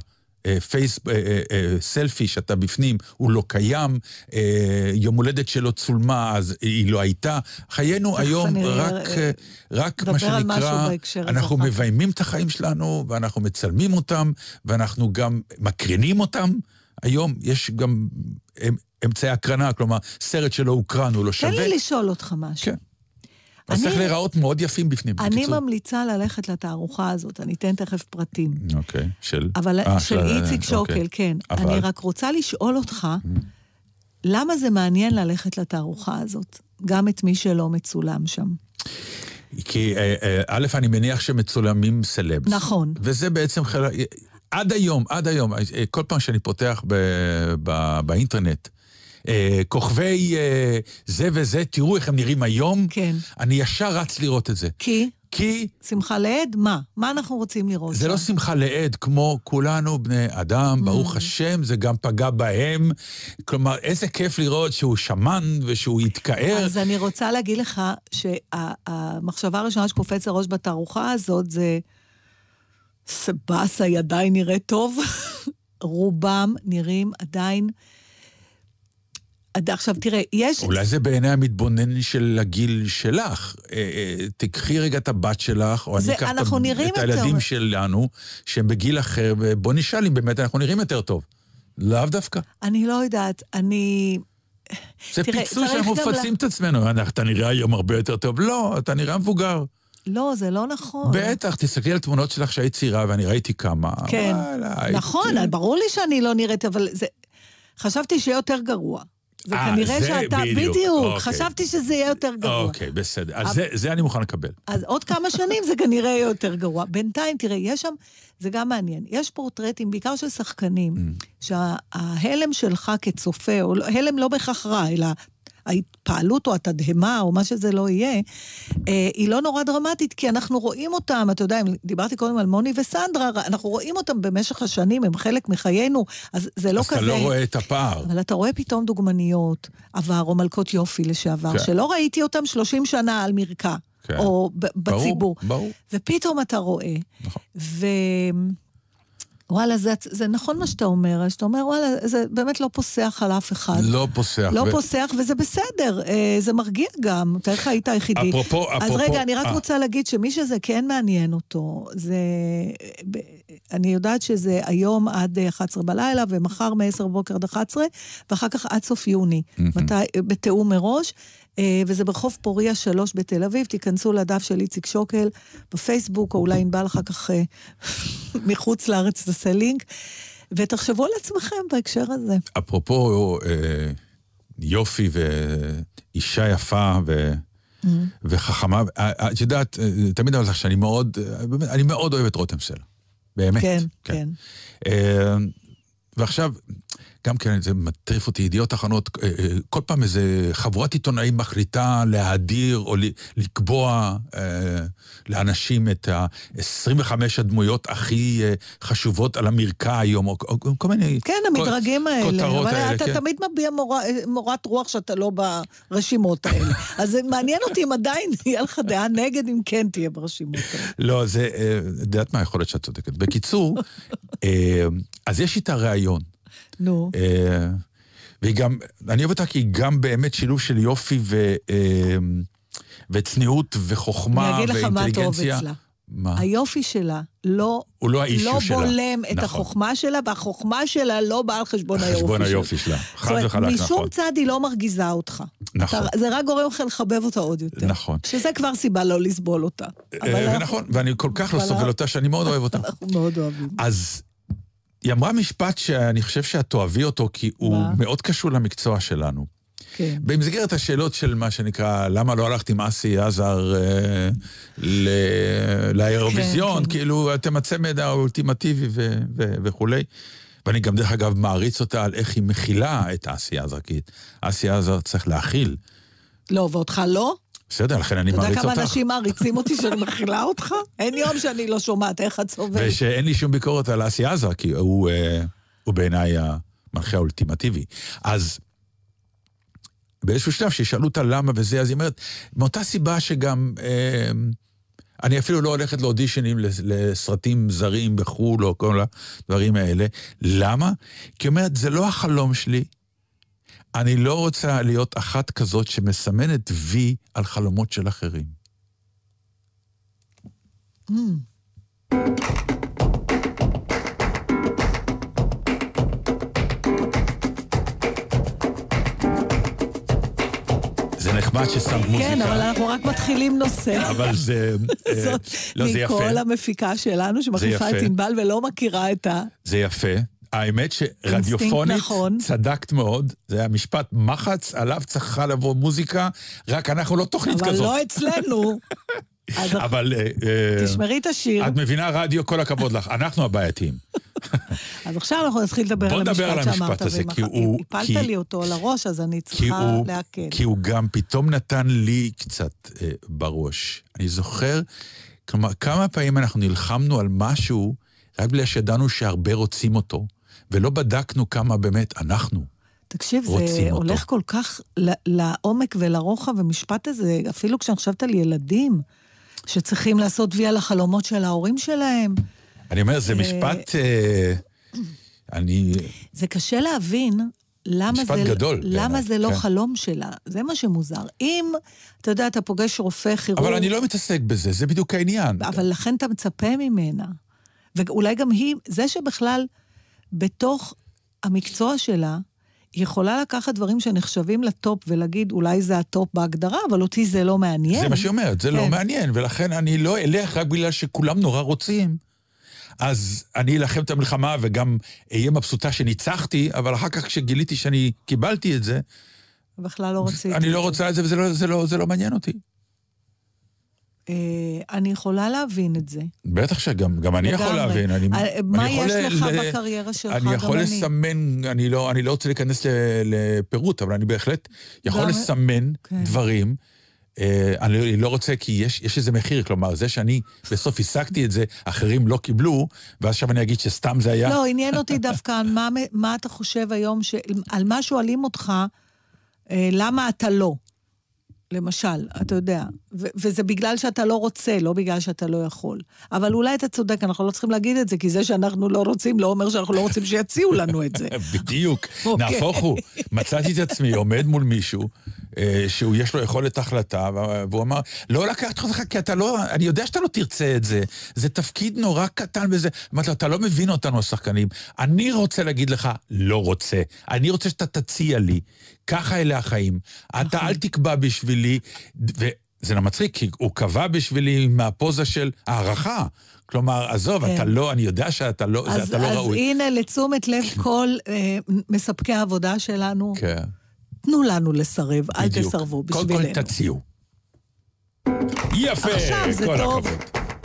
סלפי שאתה בפנים, הוא לא קיים, יום הולדת שלא צולמה, אז היא לא הייתה. חיינו היום רק מה שנקרא, אנחנו מביימים את החיים שלנו, ואנחנו מצלמים אותם, ואנחנו גם מקרינים אותם. היום יש גם אמצעי הקרנה, כלומר, סרט שלא הוקרן, הוא לא שווה. תן לי לשאול אותך משהו. כן. אז צריך להיראות מאוד יפים בפנים. אני ממליצה ללכת לתערוכה הזאת, אני אתן תכף פרטים. אוקיי, של איציק שוקל, כן. אני רק רוצה לשאול אותך, למה זה מעניין ללכת לתערוכה הזאת? גם את מי שלא מצולם שם. כי א', אני מניח שמצולמים סלבס. נכון. וזה בעצם עד היום, כל פעם שאני פותח באינטרנט, כוכבי זה וזה, תראו איך הם נראים היום, כן. אני ישר רץ לראות את זה. כי? שמחה לעד? מה אנחנו רוצים לראות? זה לא שמחה לעד, כמו כולנו בני אדם, ברוך השם, זה גם פגע בהם, כלומר, איזה כיף לראות שהוא שמן ושהוא יתקער. אז אני רוצה להגיד לך שהמחשבה הראשונה שקופץ הראש בתערוכה הזאת, זה סבאסה עדיין נראה טוב, רובם נראים עדיין... עכשיו תראה, יש... אולי זה בעיני המתבונן של הגיל שלך. תקחי רגע את הבת שלך, או אני אקח את הילדים שלנו, שהם בגיל אחר, ובוא נשאל אם באמת אנחנו נראים יותר טוב. לאו דווקא. אני לא יודעת, זה פיצוי שאנחנו מפצים את עצמנו. אתה נראה היום הרבה יותר טוב. לא, אתה נראה מבוגר. לא, זה לא נכון. בטח, תסתכלי על תמונות שלך שהיית צעירה, ואני ראיתי כמה. כן, נכון, ברור לי שאני לא נראית, אבל זה... חשבתי שיהיה יותר גרוע. זה כנראה שאתה, בדיוק, חשבתי שזה יהיה יותר גרוע. אוקיי, בסדר. אז זה אני מוכן לקבל. אז עוד כמה שנים זה כנראה יהיה יותר גרוע. בינתיים, תראה, יש שם, זה גם מעניין, יש פורטרטים, בעיקר של שחקנים, שההלם שלך כצופה, או הלם לא בהכרח רע, אלא ההתפעלות או התדהמה, או מה שזה לא יהיה, היא לא נורא דרמטית, כי אנחנו רואים אותם, אתה יודע, דיברתי קודם על מוני וסנדרה, אנחנו רואים אותם במשך השנים, הם חלק מחיינו, אז זה לא כזה... אז אתה לא רואה את הפער. אבל אתה רואה פתאום דוגמניות, עבר, או מלכות יופי לשעבר, שלא ראיתי אותם 30 שנה על מרקע, או בציבור. ברור. ופתאום אתה רואה, וואלה, זה נכון מה שאתה אומר, שאתה אומר, וואלה, זה באמת לא פוסח על אף אחד. לא פוסח. לא פוסח, וזה בסדר, זה מרגיע גם, תארך היית היחידי. אפרופו. אז רגע, אני רק רוצה להגיד שמי שזה כן מעניין אותו, זה, אני יודעת שזה היום עד 11 בלילה, ומחר מ-10 בבוקר עד 11, ואחר כך עד סוף יוני, בתיאום מראש, וזה ברחוב פוריה 3 בתל אביב, תיכנסו לדף של איציק שוקל בפייסבוק, או אולי נבא אחר כך מחוץ לארץ תעשה לינק, ותחשבו על עצמכם בהקשר הזה. אפרופו יופי ואישה יפה וחכמה. את יודעת, תמיד אמרתי לך שאני מאוד אוהב את רותם סלע. באמת. כן. ועכשיו, גם כן, זה מטריף אותי, ידיעות אחרונות, כל פעם איזה חבורת עיתונאים מחליטה להדיר או לקבוע לאנשים את ה-25 הדמויות הכי חשובות על המרקע היום, או כל מיני... כן, המדרגים האלה, אבל אתה כן. תמיד מביע מורת רוח שאתה לא ברשימות האלה. אז זה מעניין אותי אם עדיין יהיה לך דעה נגד, אם כן תהיה ברשימות האלה. לא, זה, דעת מה יכול להיות שאת צודקת. בקיצור, אז יש איתה ראיון. נו. והיא גם, אני אוהב אותה כי היא גם באמת שילוב של יופי וצניעות וחוכמה ואינטליגנציה. אני אגיד לך מה טוב אצלה. מה? היופי שלה לא בולם את החוכמה שלה, והחוכמה שלה לא באה על חשבון היופי שלה. חשבון היופי שלה, חד וחלק נכון. משום צד היא לא מרגיזה אותך. נכון. זה רק גורם לך לחבב אותה עוד יותר. נכון. שזה כבר סיבה לא לסבול אותה. ונכון, ואני כל כך לא סובל אותה שאני מאוד אוהב אותה. אנחנו מאוד אוהבים. אז היא אמרה משפט שאני חושב שאת תאהבי אותו, כי הוא מאוד קשור למקצוע שלנו. כן. במסגרת השאלות של מה שנקרא, למה לא הלכת עם אסי עזר לאירוויזיון, כאילו, אתם הצמד האולטימטיבי וכו'. ואני גם דרך אגב מעריץ אותה על איך היא מכילה את אסי עזר, כי אסי עזר צריך להכיל. לא, ואותך לא? בסדר, לכן אני מעריץ אותך. אתה יודע כמה אנשים מעריצים אותי שאני מכילה אותך? אין יום שאני לא שומעת איך את סובלת. ושאין לי שום ביקורת על אסי עזר, כי הוא בעיניי המנחה האולטימטיבי. אז באיזשהו שלב שישאלו אותה למה וזה, אז היא אומרת, מאותה סיבה שגם אני אפילו לא הולכת לאודישנים לסרטים זרים בחול או כל הדברים האלה. למה? כי היא אומרת, זה לא החלום שלי. אני לא רוצה להיות אחת כזאת שמסמנת וי על חלומות של אחרים. זה נחמד ששמת מוזיקה. כן, אבל אנחנו רק מתחילים נושא. אבל זה... לא, זה יפה. מכל המפיקה שלנו שמחליפה את ענבל ולא מכירה את ה... זה יפה. האמת שרדיופונית צדקת מאוד, זה היה משפט מחץ, עליו צריכה לבוא מוזיקה, רק אנחנו לא תוכנית כזאת. אבל לא אצלנו. אבל... תשמרי את השיר. את מבינה רדיו, כל הכבוד לך, אנחנו הבעייתיים. אז עכשיו אנחנו נתחיל לדבר על המשפט שאמרת, הפלת לי אותו על הראש, אז אני צריכה להקל. כי הוא גם פתאום נתן לי קצת בראש. אני זוכר, כלומר, כמה פעמים אנחנו נלחמנו על משהו, רק בגלל שידענו שהרבה רוצים אותו, ולא בדקנו כמה באמת אנחנו תקשיב, זה הולך כל כך לעומק ולרוחב, ומשפט הזה, אפילו כשאני חושבת על ילדים, שצריכים לעשות וי על החלומות של ההורים שלהם. אני אומר, זה משפט, זה קשה להבין למה זה לא חלום שלה. זה מה שמוזר. אם, אתה יודע, אתה פוגש רופא חירום... אבל אני לא מתעסק בזה, זה בדיוק העניין. אבל לכן אתה מצפה ממנה. ואולי גם היא, זה שבכלל בתוך המקצוע שלה, היא יכולה לקחת דברים שנחשבים לטופ ולהגיד, אולי זה הטופ בהגדרה, אבל אותי זה לא מעניין. זה מה שהיא אומרת, זה לא מעניין, ולכן אני לא אלך רק בגלל שכולם נורא רוצים. אז אני אלחם את המלחמה וגם אהיה מבסוטה שניצחתי, אבל אחר כך כשגיליתי שאני קיבלתי את זה, בכלל לא רציתי. אני לא רוצה את זה וזה לא מעניין אותי. אני יכולה להבין את זה. בטח שגם אני יכול להבין. מה יש לך בקריירה שלך? אני יכול לסמן, אני לא רוצה להיכנס לפירוט, אבל אני בהחלט יכול לסמן דברים. אני לא רוצה, כי יש איזה מחיר, כלומר, זה שאני בסוף השגתי את זה, אחרים לא קיבלו, ואז עכשיו אני אגיד שסתם זה היה... לא, עניין אותי דווקא, מה אתה חושב היום, על מה שואלים אותך, למה אתה לא? למשל, אתה יודע, וזה בגלל שאתה לא רוצה, לא בגלל שאתה לא יכול. אבל אולי אתה צודק, אנחנו לא צריכים להגיד את זה, כי זה שאנחנו לא רוצים, לא אומר שאנחנו לא רוצים שיציעו לנו את זה. בדיוק, נהפוך הוא. מצאתי את עצמי, עומד מול מישהו, שהוא יש לו יכולת החלטה, והוא אמר, לא לקחת אותך, כי אתה לא, אני יודע שאתה לא תרצה את זה, זה תפקיד נורא קטן בזה. אמרת לו, אתה לא מבין אותנו השחקנים, אני רוצה להגיד לך, לא רוצה. אני רוצה שאתה תציע לי, ככה אלה החיים. אתה אל תקבע בשבילי, וזה מצחיק, כי הוא קבע בשבילי מהפוזה של הערכה. כלומר, עזוב, אתה לא, אני יודע שאתה לא, אתה לא ראוי. אז הנה, לתשומת לב כל מספקי העבודה שלנו, כן. תנו לנו לסרב, אל תסרבו בשבילנו. קודם כל תציעו. יפה, עכשיו זה כל טוב. הכבוד.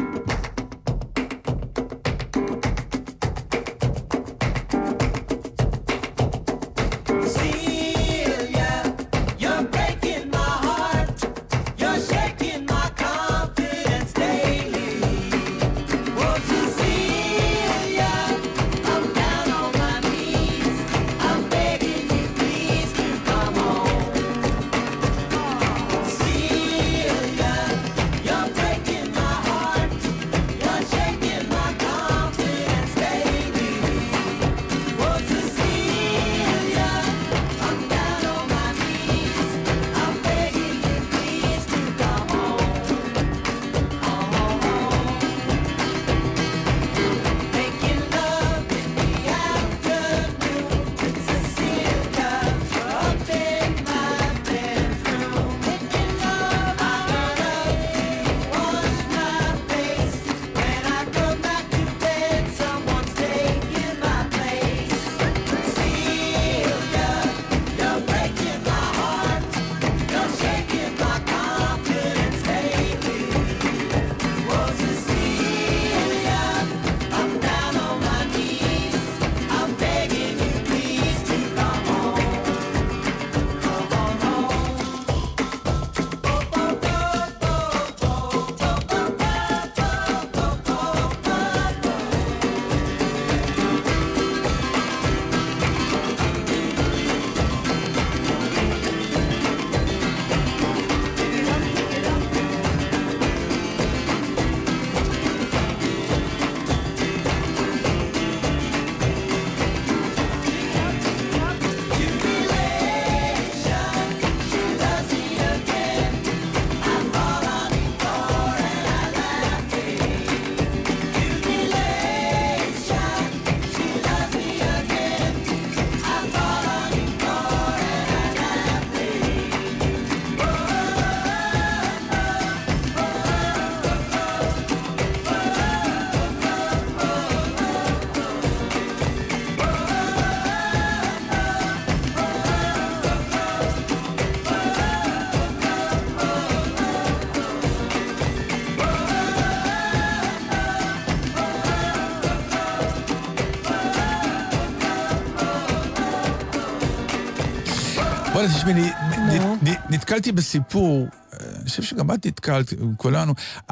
בואי תשמעי, נתקלתי בסיפור, אני חושב שגם את נתקלת, כולנו,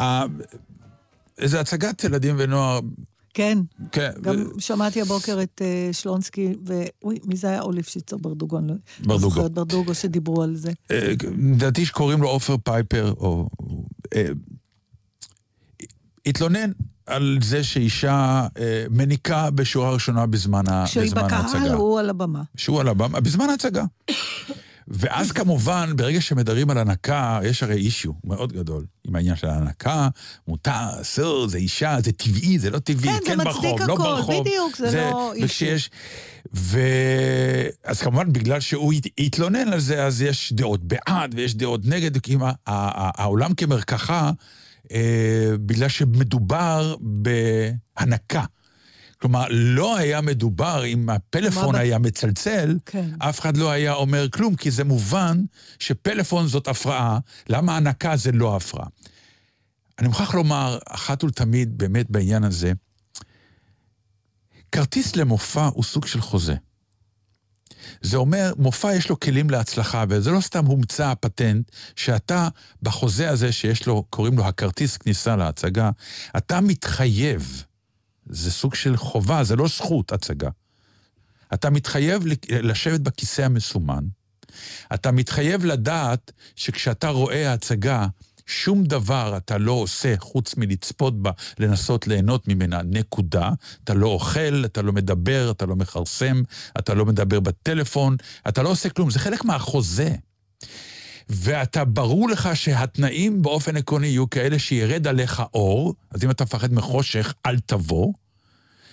איזו הצגת ילדים ונוער. כן, גם שמעתי הבוקר את שלונסקי, מי זה היה? אוליפשיץ או ברדוגו? ברדוגו שדיברו על זה. דעתי שקוראים לו אופר פייפר, התלונן על זה שאישה מניקה בשורה ראשונה בזמן ההצגה. כשהיא בקהל, הוא על הבמה. שהוא על הבמה, בזמן ההצגה. ואז כמובן, ברגע שמדברים על הנקה, יש הרי אישיו מאוד גדול. עם העניין של הנקה, מותר, אסור, זה אישה, זה טבעי, זה לא טבעי, כן ברחוב, לא ברחוב. בדיוק, זה לא אישיו. אז כמובן, בגלל שהוא התלונן על זה, אז יש דעות בעד ויש דעות נגד, כי העולם כמרקחה, בגלל שמדובר בהנקה. כלומר, לא היה מדובר, אם הפלאפון היה מצלצל, אף אחד לא היה אומר כלום, כי זה מובן שפלאפון זאת הפרעה, למה הנקה זה לא הפרעה. אני מוכרח לומר, אחת ולתמיד, באמת בעניין הזה, כרטיס למופע הוא סוג של חוזה. זה אומר, מופע יש לו כלים להצלחה, וזה לא סתם הומצא הפטנט, שאתה בחוזה הזה שיש לו, קוראים לו הכרטיס כניסה להצגה, אתה מתחייב, זה סוג של חובה, זה לא זכות הצגה. אתה מתחייב לשבת בכיסא המסומן, אתה מתחייב לדעת שכשאתה רואה הצגה, שום דבר אתה לא עושה חוץ מלצפות בה, לנסות ליהנות ממנה, נקודה. אתה לא אוכל, אתה לא מדבר, אתה לא מחרסם, אתה לא מדבר בטלפון, אתה לא עושה כלום, זה חלק מהחוזה. ואתה ברור לך שהתנאים באופן עקרוני יהיו כאלה שירד עליך אור, אז אם אתה מפחד מחושך, אל תבוא.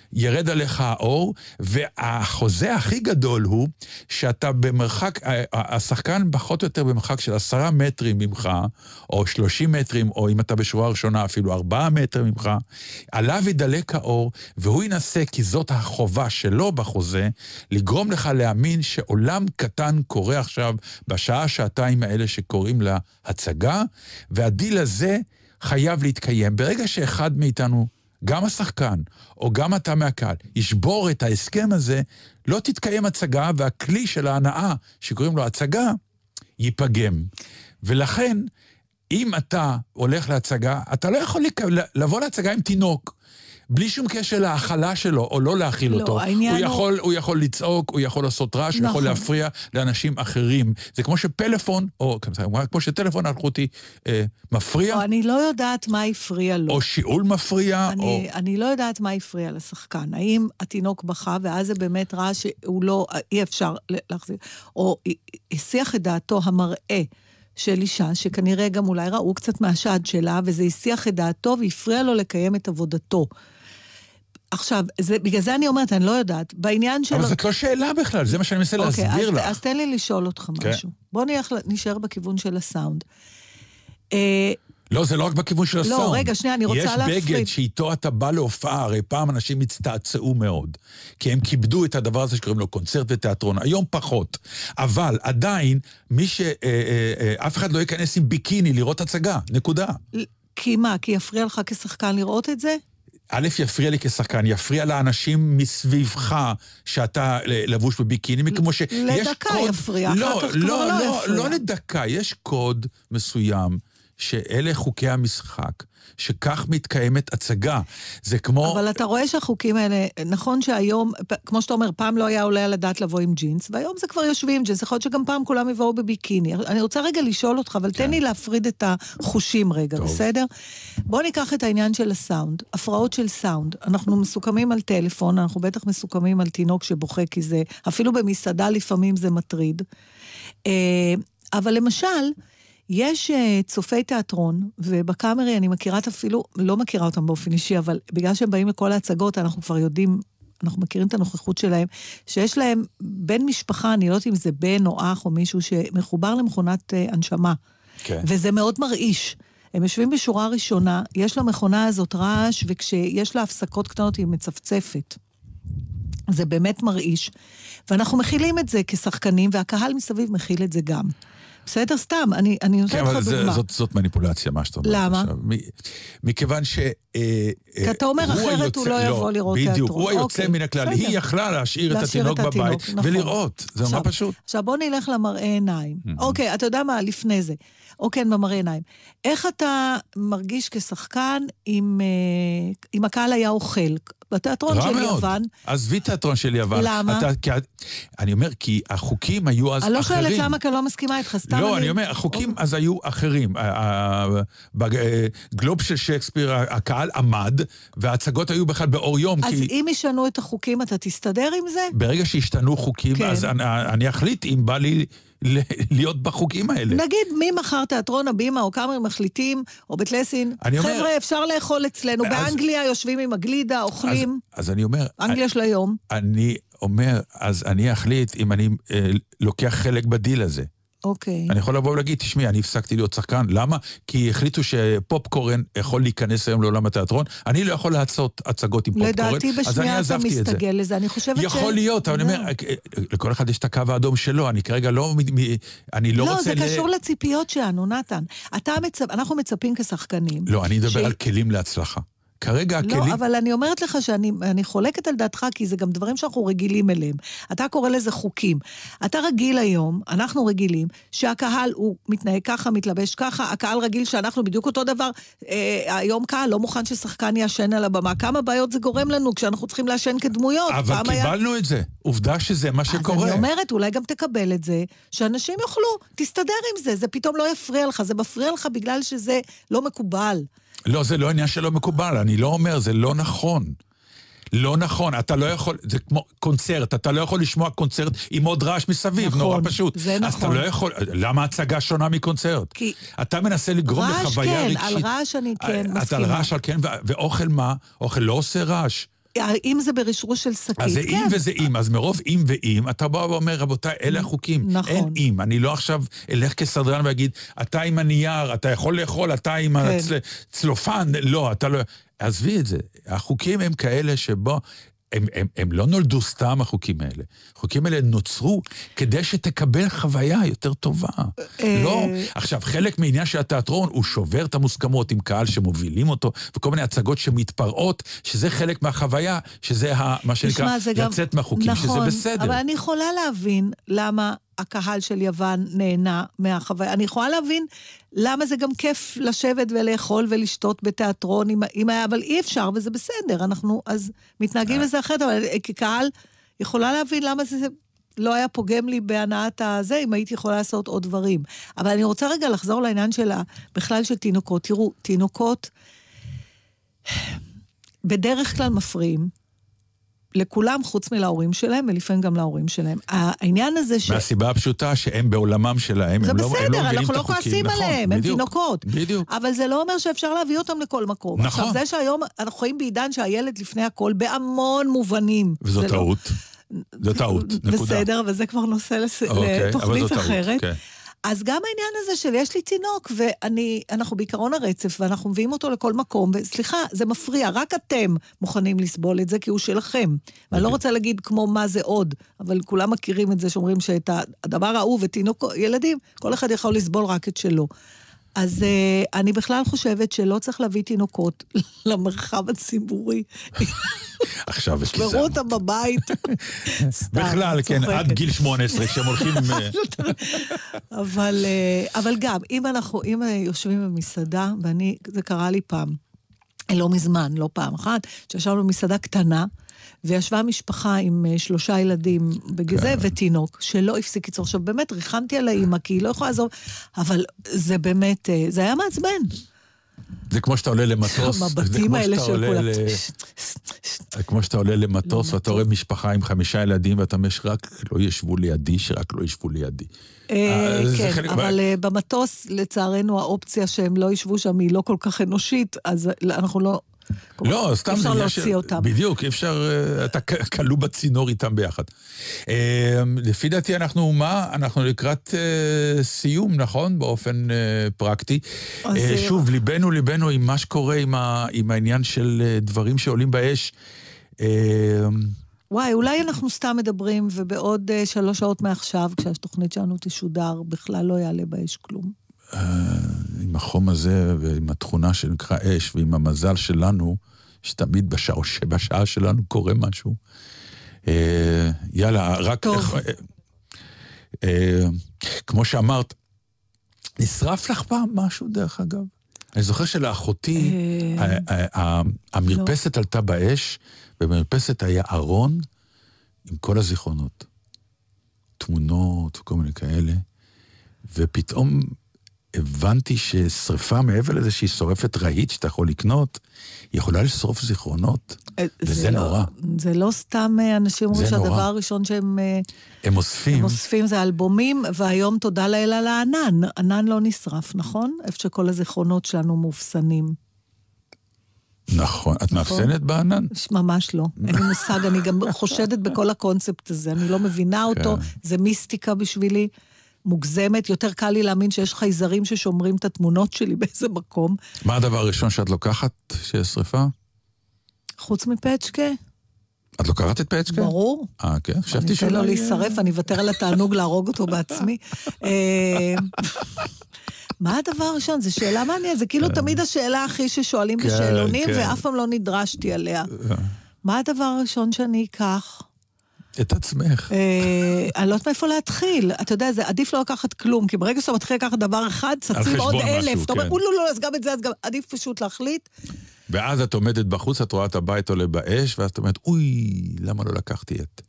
ירד עליך האור, והחוזה הכי גדול הוא שאתה במרחק, השחקן פחות או יותר במרחק של 10 מטרים ממך, או 30 מטרים, או אם אתה בשורה הראשונה אפילו 4 מטרים ממך, עליו ידלק האור, והוא ינסה, כי זאת החובה שלו בחוזה, לגרום לך להאמין שעולם קטן קורה עכשיו, בשעה, שעתיים האלה שקוראים לה הצגה, והדיל הזה חייב להתקיים. ברגע שאחד מאיתנו, גם השחקן, או גם אתה מהקהל, ישבור את ההסכם הזה, לא תתקיים הצגה, והכלי של ההנאה, שקוראים לו הצגה, ייפגם. ולכן, אם אתה הולך להצגה, אתה לא יכול לבוא להצגה עם תינוק, בלי שום קשר להאכלה שלו, או לא להאכיל אותו. הוא יכול לצעוק, הוא יכול לעשות רעש, הוא יכול להפריע לאנשים אחרים. זה כמו שפלאפון, או כמו שטלפון אלחוטי מפריע. אני לא יודעת מה הפריע לו. או שיעול מפריע. אני לא יודעת מה הפריע לשחקן. האם התינוק בכה, ואז זה באמת רעש שהוא לא, אי אפשר להחזיר, או הסיח את דעתו המראה, של אישה, שכנראה גם אולי ראו קצת מהשד שלה, וזה הסיח את דעתו, והפריע לו לקיים את עבודתו. עכשיו, בגלל זה אני אומרת, אני לא יודעת, בעניין של... אבל זאת לא שאלה בכלל, זה מה שאני מנסה להסביר לך. אז תן לי לשאול אותך משהו. בוא נשאר בכיוון של הסאונד. לא, זה לא רק בכיוון של הסאונד. לא, רגע, שנייה, אני רוצה להפריד. יש בגד שאיתו אתה בא להופעה, הרי פעם אנשים הצטעצעו מאוד, כי הם כיבדו את הדבר הזה שקוראים לו קונצרט ותיאטרון, היום פחות. אבל עדיין, אף אחד לא ייכנס עם ביקיני לראות הצגה, נקודה. כי מה? כי יפריע לך כשחקן לראות את זה? א', יפריע לי כשחקן, יפריע לאנשים מסביבך שאתה לבוש בביקיני, כמו שיש קוד... לדקה יפריע, אחר כך כבר לא יפריע. לא לדקה, יש קוד מסוים שאלה חוקי המשחק, שכך מתקיימת הצגה. זה כמו... אבל אתה רואה שהחוקים האלה, נכון שהיום, כמו שאתה אומר, פעם לא היה עולה על הדעת לבוא עם ג'ינס, והיום זה כבר יושבים עם ג'ינס, יכול להיות שגם פעם כולם יבואו בביקיני. אני רוצה רגע לשאול אותך, אבל תן לי להפריד את החושים רגע, בסדר? בוא ניקח את העניין של הסאונד, הפרעות של סאונד. אנחנו מסוכמים על טלפון, אנחנו בטח מסוכמים על תינוק שבוכה, כי זה, אפילו במסעדה לפעמים זה מטריד. אבל למשל, יש צופי תיאטרון, ובקאמרי אני מכירה אפילו, לא מכירה אותם באופן אישי, אבל בגלל שהם באים לכל ההצגות, אנחנו כבר יודעים, אנחנו מכירים את הנוכחות שלהם, שיש להם בן משפחה, אני לא יודעת אם זה בן או אח או מישהו שמחובר למכונת הנשמה. כן. וזה מאוד מרעיש. הם יושבים בשורה ראשונה, יש למכונה הזאת רעש, וכשיש לה הפסקות קטנות היא מצפצפת. זה באמת מרעיש. ואנחנו מכילים את זה כשחקנים, והקהל מסביב מכיל את זה גם. בסדר, סתם, אני נותן לך דוגמה. זאת מניפולציה, מה שאתה אומר. למה? מכיוון ש... כי אתה אומר אחרת הוא לא יבוא לראות תיאטרון. בדיוק, הוא היוצא מן הכלל. היא יכלה להשאיר את התינוק בבית ולראות. זה מה פשוט. עכשיו בוא נלך למראה עיניים. אוקיי, אתה יודע מה, לפני זה. אוקיי, במראה עיניים. איך אתה מרגיש כשחקן אם הקהל היה אוכל? בתיאטרון של יוון. עזבי תיאטרון של יוון. למה? אני אומר, כי החוקים היו אז אחרים. אני לא שואלת למה, כי אני לא מסכימה איתך, סתם לא, אני אומר, החוקים אז היו אחרים. בגלוב של שייקספיר, הקהל עמד, וההצגות היו בכלל באור יום. אז אם ישנו את החוקים, אתה תסתדר עם זה? ברגע שישתנו חוקים, אז אני אחליט אם בא לי... להיות בחוקים האלה. נגיד, מי מחר תיאטרון הבימה או קאמרי מחליטים, או בית לסין, חבר'ה, אפשר לאכול אצלנו, באנגליה יושבים עם הגלידה, אוכלים. אז אני אומר... אנגליה של היום. אני אומר, אז אני אחליט אם אני לוקח חלק בדיל הזה. אוקיי. אני יכול לבוא ולהגיד, תשמעי, אני הפסקתי להיות שחקן, למה? כי החליטו שפופקורן יכול להיכנס היום לעולם התיאטרון, אני לא יכול לעשות הצגות עם פופקורן, לדעתי בשנייה אתה מסתגל לזה, אני חושבת יכול להיות, אבל אני אומר, לכל אחד יש את הקו האדום שלו, אני כרגע לא, אני לא רוצה... לא, זה קשור לציפיות שלנו, נתן. אנחנו מצפים כשחקנים. לא, אני אדבר על כלים להצלחה. כרגע הכלים... לא, אבל אני אומרת לך שאני חולקת על דעתך, כי זה גם דברים שאנחנו רגילים אליהם. אתה קורא לזה חוקים. אתה רגיל היום, אנחנו רגילים, שהקהל הוא מתנהג ככה, מתלבש ככה, הקהל רגיל שאנחנו בדיוק אותו דבר, היום קהל לא מוכן ששחקן ישן על הבמה. כמה בעיות זה גורם לנו כשאנחנו צריכים לשן כדמויות. אבל קיבלנו את זה. עובדה שזה מה שקורה. אז אני אומרת, אולי גם תקבל את זה, שאנשים יוכלו, תסתדר עם זה, זה פתאום לא יפריע לך, זה מפריע לך בגלל שזה לא מקובל. לא, זה לא עניין שלא מקובל, אני לא אומר, זה לא נכון. לא נכון, אתה לא יכול, זה כמו קונצרט, אתה לא יכול לשמוע קונצרט עם עוד רעש מסביב, נכון, נורא פשוט. זה נכון. אז אתה לא יכול, למה הצגה שונה מקונצרט? כי... אתה מנסה לגרום לחוויה רגשית. רעש כן, על רעש אני כן מסכימה. אתה על רעש על כן, ואוכל מה? אוכל לא עושה רעש. אם זה ברשרוש של שקית, אז זה אם וזה אם, אז מרוב אם ואם, אתה בא ואומר, רבותיי, אלה החוקים. נכון. אין אם, אני לא עכשיו אלך כסדרן ואגיד, אתה עם הנייר, אתה יכול לאכול, אתה עם הצלופן, לא, אתה לא... עזבי את זה. החוקים הם כאלה שבו... הם לא נולדו סתם החוקים האלה. החוקים האלה נוצרו כדי שתקבל חוויה יותר טובה. לא, עכשיו, חלק מעניין של התיאטרון הוא שובר את המוסכמות עם קהל שמובילים אותו, וכל מיני הצגות שמתפרעות, שזה חלק מהחוויה, שזה מה שנקרא לצאת מהחוקים, שזה בסדר. אבל אני יכולה להבין למה הקהל של יוון נהנה מהחוויה. אני יכולה להבין למה זה גם כיף לשבת ולאכול ולשתות בתיאטרון, אם היה, אבל אי אפשר, וזה בסדר. אנחנו אז מתנהגים לזה אחרת, אבל כקהל יכולה להבין למה זה לא היה פוגם לי בהנעת הזה, אם הייתי יכולה לעשות עוד דברים. אבל אני רוצה רגע לחזור לעניין שלה, בכלל של תינוקות. תראו, תינוקות בדרך כלל מפריעים, לכולם חוץ מלהורים שלהם, ולפעמים גם להורים שלהם. העניין הזה מהסיבה הפשוטה שהם בעולמם שלהם, זה הם בסדר, לא אנחנו לא כועסים עליהם, הם תינוקות. בדיוק. אבל זה לא אומר שאפשר להביא אותם לכל מקום. נכון. עכשיו, זה שהיום אנחנו חיים בעידן שהילד לפני הכל, בהמון מובנים. וזו טעות. זו טעות, נקודה. בסדר, וזה כבר נושא לתוכנית אחרת. אז גם העניין הזה של יש לי תינוק, ואנחנו בעיקרון הרצף, ואנחנו מביאים אותו לכל מקום, וסליחה, זה מפריע, רק אתם מוכנים לסבול את זה, כי הוא שלכם. ואני לא רוצה להגיד כמו מה זה עוד, אבל כולם מכירים את זה, שאומרים שאת הדבר האהוב ותינוק, ילדים, כל אחד יכול לסבול רק את שלו. אז אני בכלל חושבת שלא צריך להביא תינוקות למרחב הציבורי. עכשיו, שברו אותם בבית. בכלל, כן, עד גיל 18, שהם הולכים... אבל גם, אם יושבים במסעדה, זה קרה לי פעם, לא מזמן, לא פעם אחת, שישבנו במסעדה קטנה, וישבה משפחה עם 3 ילדים בגזה ותינוק, שלא הפסיק ליצור. עכשיו, באמת, ריחמתי על האמא, כי היא לא יכולה לעזור, אבל זה באמת, זה היה מעצבן. זה כמו שאתה עולה למטוס. המבטים האלה של כולם. זה כמו שאתה עולה למטוס, ואתה רואה משפחה עם 5 ילדים, ואתה אומר שרק לא ישבו לידי, שרק לא ישבו לידי. כן, אבל במטוס, לצערנו, האופציה שהם לא ישבו שם היא לא כל כך אנושית, אז אנחנו לא... לא, סתם אפשר להוציא אותם. בדיוק, אפשר, אתה קלו בצינור איתם ביחד. לפי דעתי אנחנו לקראת סיום, נכון? באופן פרקטי. שוב, ליבנו עם מה שקורה עם העניין של דברים שעולים באש. וואי, אולי אנחנו סתם מדברים, ובעוד 3 שעות מעכשיו, כשהתוכנית שלנו תשודר, בכלל לא יעלה באש כלום. עם החום הזה, ועם התכונה שנקרא אש, ועם המזל שלנו, שתמיד בשעה שלנו קורה משהו. יאללה, רק... כמו שאמרת, נשרף לך פעם משהו דרך אגב? אני זוכר שלאחותי, המרפסת עלתה באש, ובמרפסת היה ארון עם כל הזיכרונות. תמונות וכל מיני כאלה, ופתאום... הבנתי ששריפה מעבר לזה שהיא שורפת רהיט שאתה יכול לקנות, היא יכולה לשרוף זיכרונות, וזה נורא. זה לא סתם אנשים אומרים שהדבר הראשון שהם אוספים זה אלבומים, והיום תודה לאל על הענן. ענן לא נשרף, נכון? איפה שכל הזיכרונות שלנו מופסנים. נכון. את מאפסנת בענן? ממש לא. אין לי מושג, אני גם חושדת בכל הקונספט הזה, אני לא מבינה אותו, זה מיסטיקה בשבילי. מוגזמת, יותר קל לי להאמין שיש חייזרים ששומרים את התמונות שלי באיזה מקום. מה הדבר הראשון שאת לוקחת שיש שריפה? חוץ מפצ'קה. את לא קראת את פצ'קה? ברור. כן, חשבתי שלא. אני אתן לו להישרף, אני אוותר על התענוג להרוג אותו בעצמי. מה הדבר הראשון? זו שאלה מעניינת, זה כאילו תמיד השאלה הכי ששואלים בשאלונים, ואף פעם לא נדרשתי עליה. מה הדבר הראשון שאני אקח? את עצמך. אני לא יודעת מאיפה להתחיל. אתה יודע, זה עדיף לא לקחת כלום, כי ברגע שאתה מתחיל לקחת דבר אחד, צצים עוד 1,000. אתה אומר, לא, אז גם את זה, אז גם עדיף פשוט להחליט. ואז את עומדת בחוץ, את רואה את הבית עולה באש, ואז את אומרת, אוי, למה לא לקחתי את...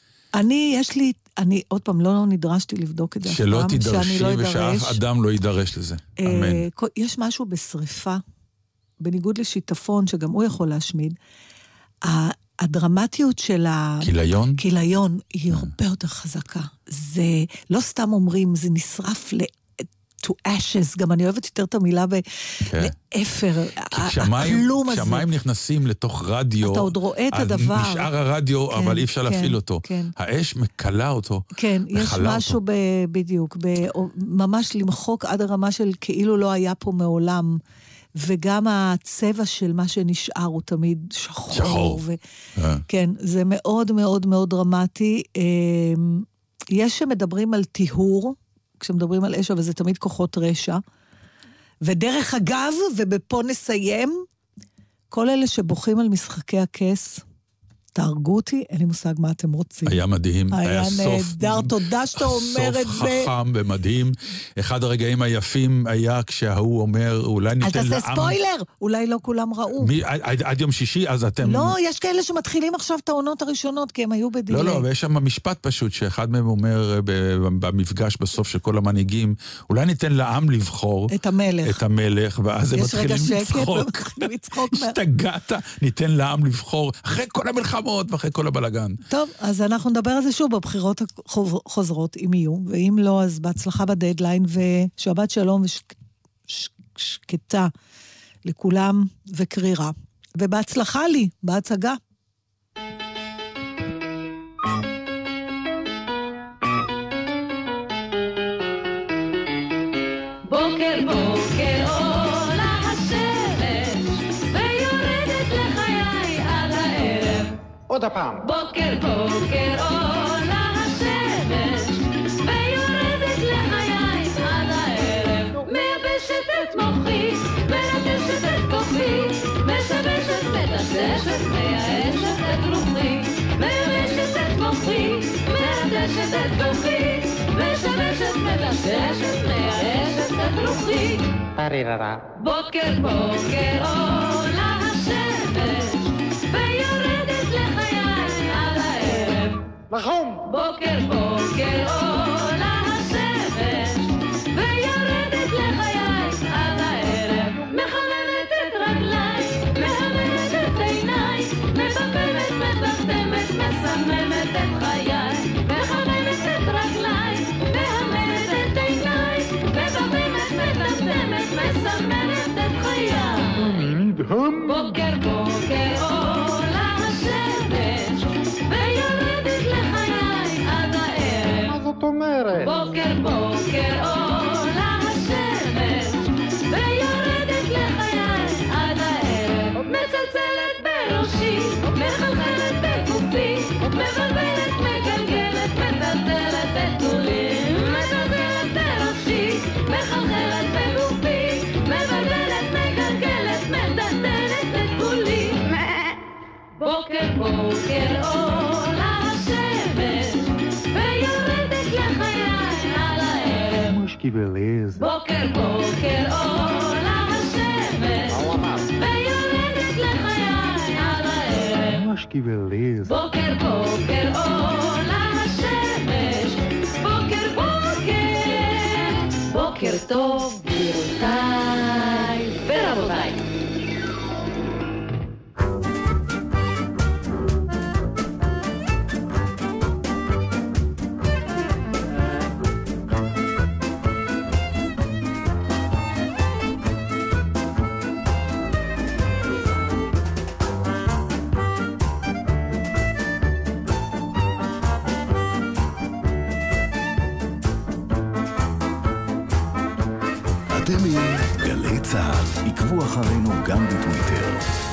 אני עוד פעם לא נדרשתי לבדוק את זה. שלא תידרשי ושאף אדם לא יידרש לזה. אמן. יש משהו בשריפה, בניגוד לשיטפון, שגם הוא יכול להשמיד, הדרמטיות של כיליון היא הרבה יותר חזקה. זה לא סתם אומרים, זה נשרף to ashes, גם אני אוהבת יותר את המילה לאפר, הכלום הזה. כשהמים נכנסים לתוך רדיו, אתה עוד רואה את הדבר. נשאר הרדיו, אבל אי אפשר להפעיל אותו. האש מקלה אותו. כן, יש משהו בדיוק, ממש למחוק עד הרמה של כאילו לא היה פה מעולם. וגם הצבע של מה שנשאר הוא תמיד שחור. כן, זה מאוד מאוד מאוד דרמטי. יש שמדברים על טיהור, כשמדברים על אש, אבל זה תמיד כוחות רשע. ודרך אגב, ובפה נסיים, כל אלה שבוכים על משחקי הכס, תהרגו אותי, אין לי מושג מה אתם רוצים. היה מדהים. היה נהדר, תודה שאתה אומר את זה. סוף חכם ומדהים. אחד הרגעים היפים היה כשהוא אומר, אולי ניתן לעם... אל תעשה ספוילר, אולי לא כולם ראו. עד יום שישי, אז אתם... לא, יש כאלה שמתחילים עכשיו את העונות הראשונות, כי הם היו בדילי. לא, ויש שם משפט פשוט, שאחד מהם אומר במפגש בסוף של כל המנהיגים, אולי ניתן לעם לבחור... את המלך, ואז הם מתחילים לצחוק. השתגעת, ניתן לעם לבחור, אחרי כל המלחמה ואחרי כל הבלגן. טוב, אז אנחנו נדבר על זה שוב בבחירות החוזרות, אם יהיו, ואם לא, אז בהצלחה בדדליין, ושבת שלום ושקטה לכולם וקרירה. ובהצלחה לי, בהצגה. בוקר בוקר עולה השמש ויורדת לחיי עד הערב. עוד הפעם. בוקר בוקר עולה השמש ויורדת לחיי עד הערב. מייבשת את מוחי, מרטשת את כוחי, משבשת, מדשדשת, מייאשת את רוחי. מייבשת את מוחי, מרטשת את כוחי, משבשת, מדשדשת, מייאשת את רוחי. בוקר בוקר עולה השמש ויורדת לחיי עד הערב. נכון. בוקר בוקר עולה השמש ויורדת לחיי עד הערב. מחממת את רגליי, מהממת את עיניי, מבפמת, מבפתמת, מסממת את חיי. מחממת את רגליי, מהממת את עיניי, מבפמת, מבפתמת, מסממת את חיי. בוקר בוקר עולה השמש ויורדת לחיי עד הערב. מה זאת אומרת? בוקר בוקר עולה השמש ויורדת לחיי עד הערב. מצלצלת בראשי, מחלחלת בגופי, מבלבלת, מגלגלת, מטלטלת את כולי. מצלצלת בראשי, מחלחלת בגופי, מבלבלת, מגלגלת, מטלטלת את כולי. בוקר בוקר עולה השמש ויורדת לחיי על הערב. Que beleza. בוקר בוקר עולה השמש ויורדת לחיי על הערב. Mas que beleza. בוקר בוקר עולה השמש, בוקר בוקר, בוקר טוב גבירותיי ורבותיי. גלי צהל, עקבו אחרינו גם בטוויטר.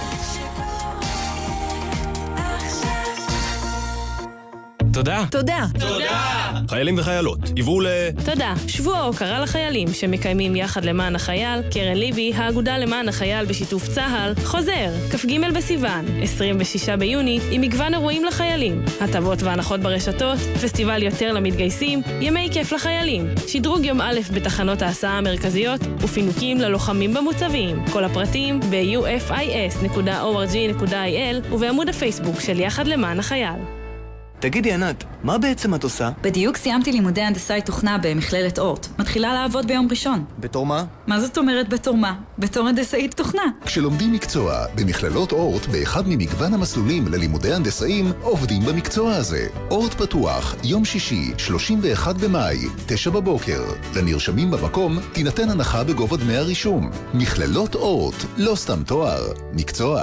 תודה. תודה. תודה. חיילים וחיילות, עברו תודה. שבוע ההוקרה לחיילים שמקיימים יחד למען החייל, קרן ליבי, האגודה למען החייל בשיתוף צהל, חוזר, כ"ג בסיוון, 26 ביוני, עם מגוון אירועים לחיילים, הטבות והנחות ברשתות, פסטיבל יותר למתגייסים, ימי כיף לחיילים, שדרוג יום א' בתחנות ההסעה המרכזיות, ופינוקים ללוחמים במוצבים. כל הפרטים ב-ufis.org.il ובעמוד הפייסבוק של יחד למען החייל. תגידי ענת, מה בעצם את עושה? בדיוק סיימתי לימודי הנדסאי תוכנה במכללת אורט. מתחילה לעבוד ביום ראשון. בתור מה? מה זאת אומרת בתור מה? בתור הנדסאית תוכנה. כשלומדים מקצוע במכללות אורט באחד ממגוון המסלולים ללימודי הנדסאים, עובדים במקצוע הזה. אורט פתוח, יום שישי, 31 במאי, 9 בבוקר. לנרשמים במקום תינתן הנחה בגובה דמי הרישום. מכללות אורט, לא סתם תואר, מקצוע.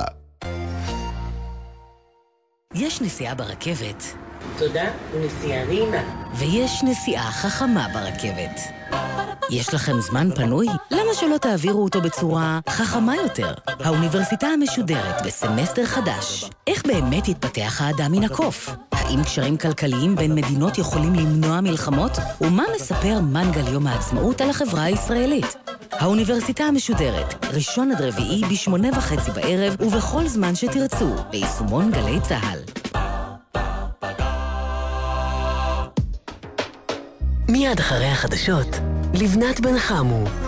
יש נסיעה ברכבת. תודה, נסיעה נעימה. ויש נסיעה חכמה ברכבת. יש לכם זמן פנוי? למה שלא תעבירו אותו בצורה חכמה יותר? האוניברסיטה המשודרת בסמסטר חדש. איך באמת יתפתח האדם מן הקוף? האם קשרים כלכליים בין מדינות יכולים למנוע מלחמות? ומה מספר מנגל יום העצמאות על החברה הישראלית? האוניברסיטה המשודרת, ראשון עד רביעי ב8:30 בערב ובכל זמן שתרצו, ביישומון גלי צהל. מיד אחרי החדשות, לבנת בן חמו.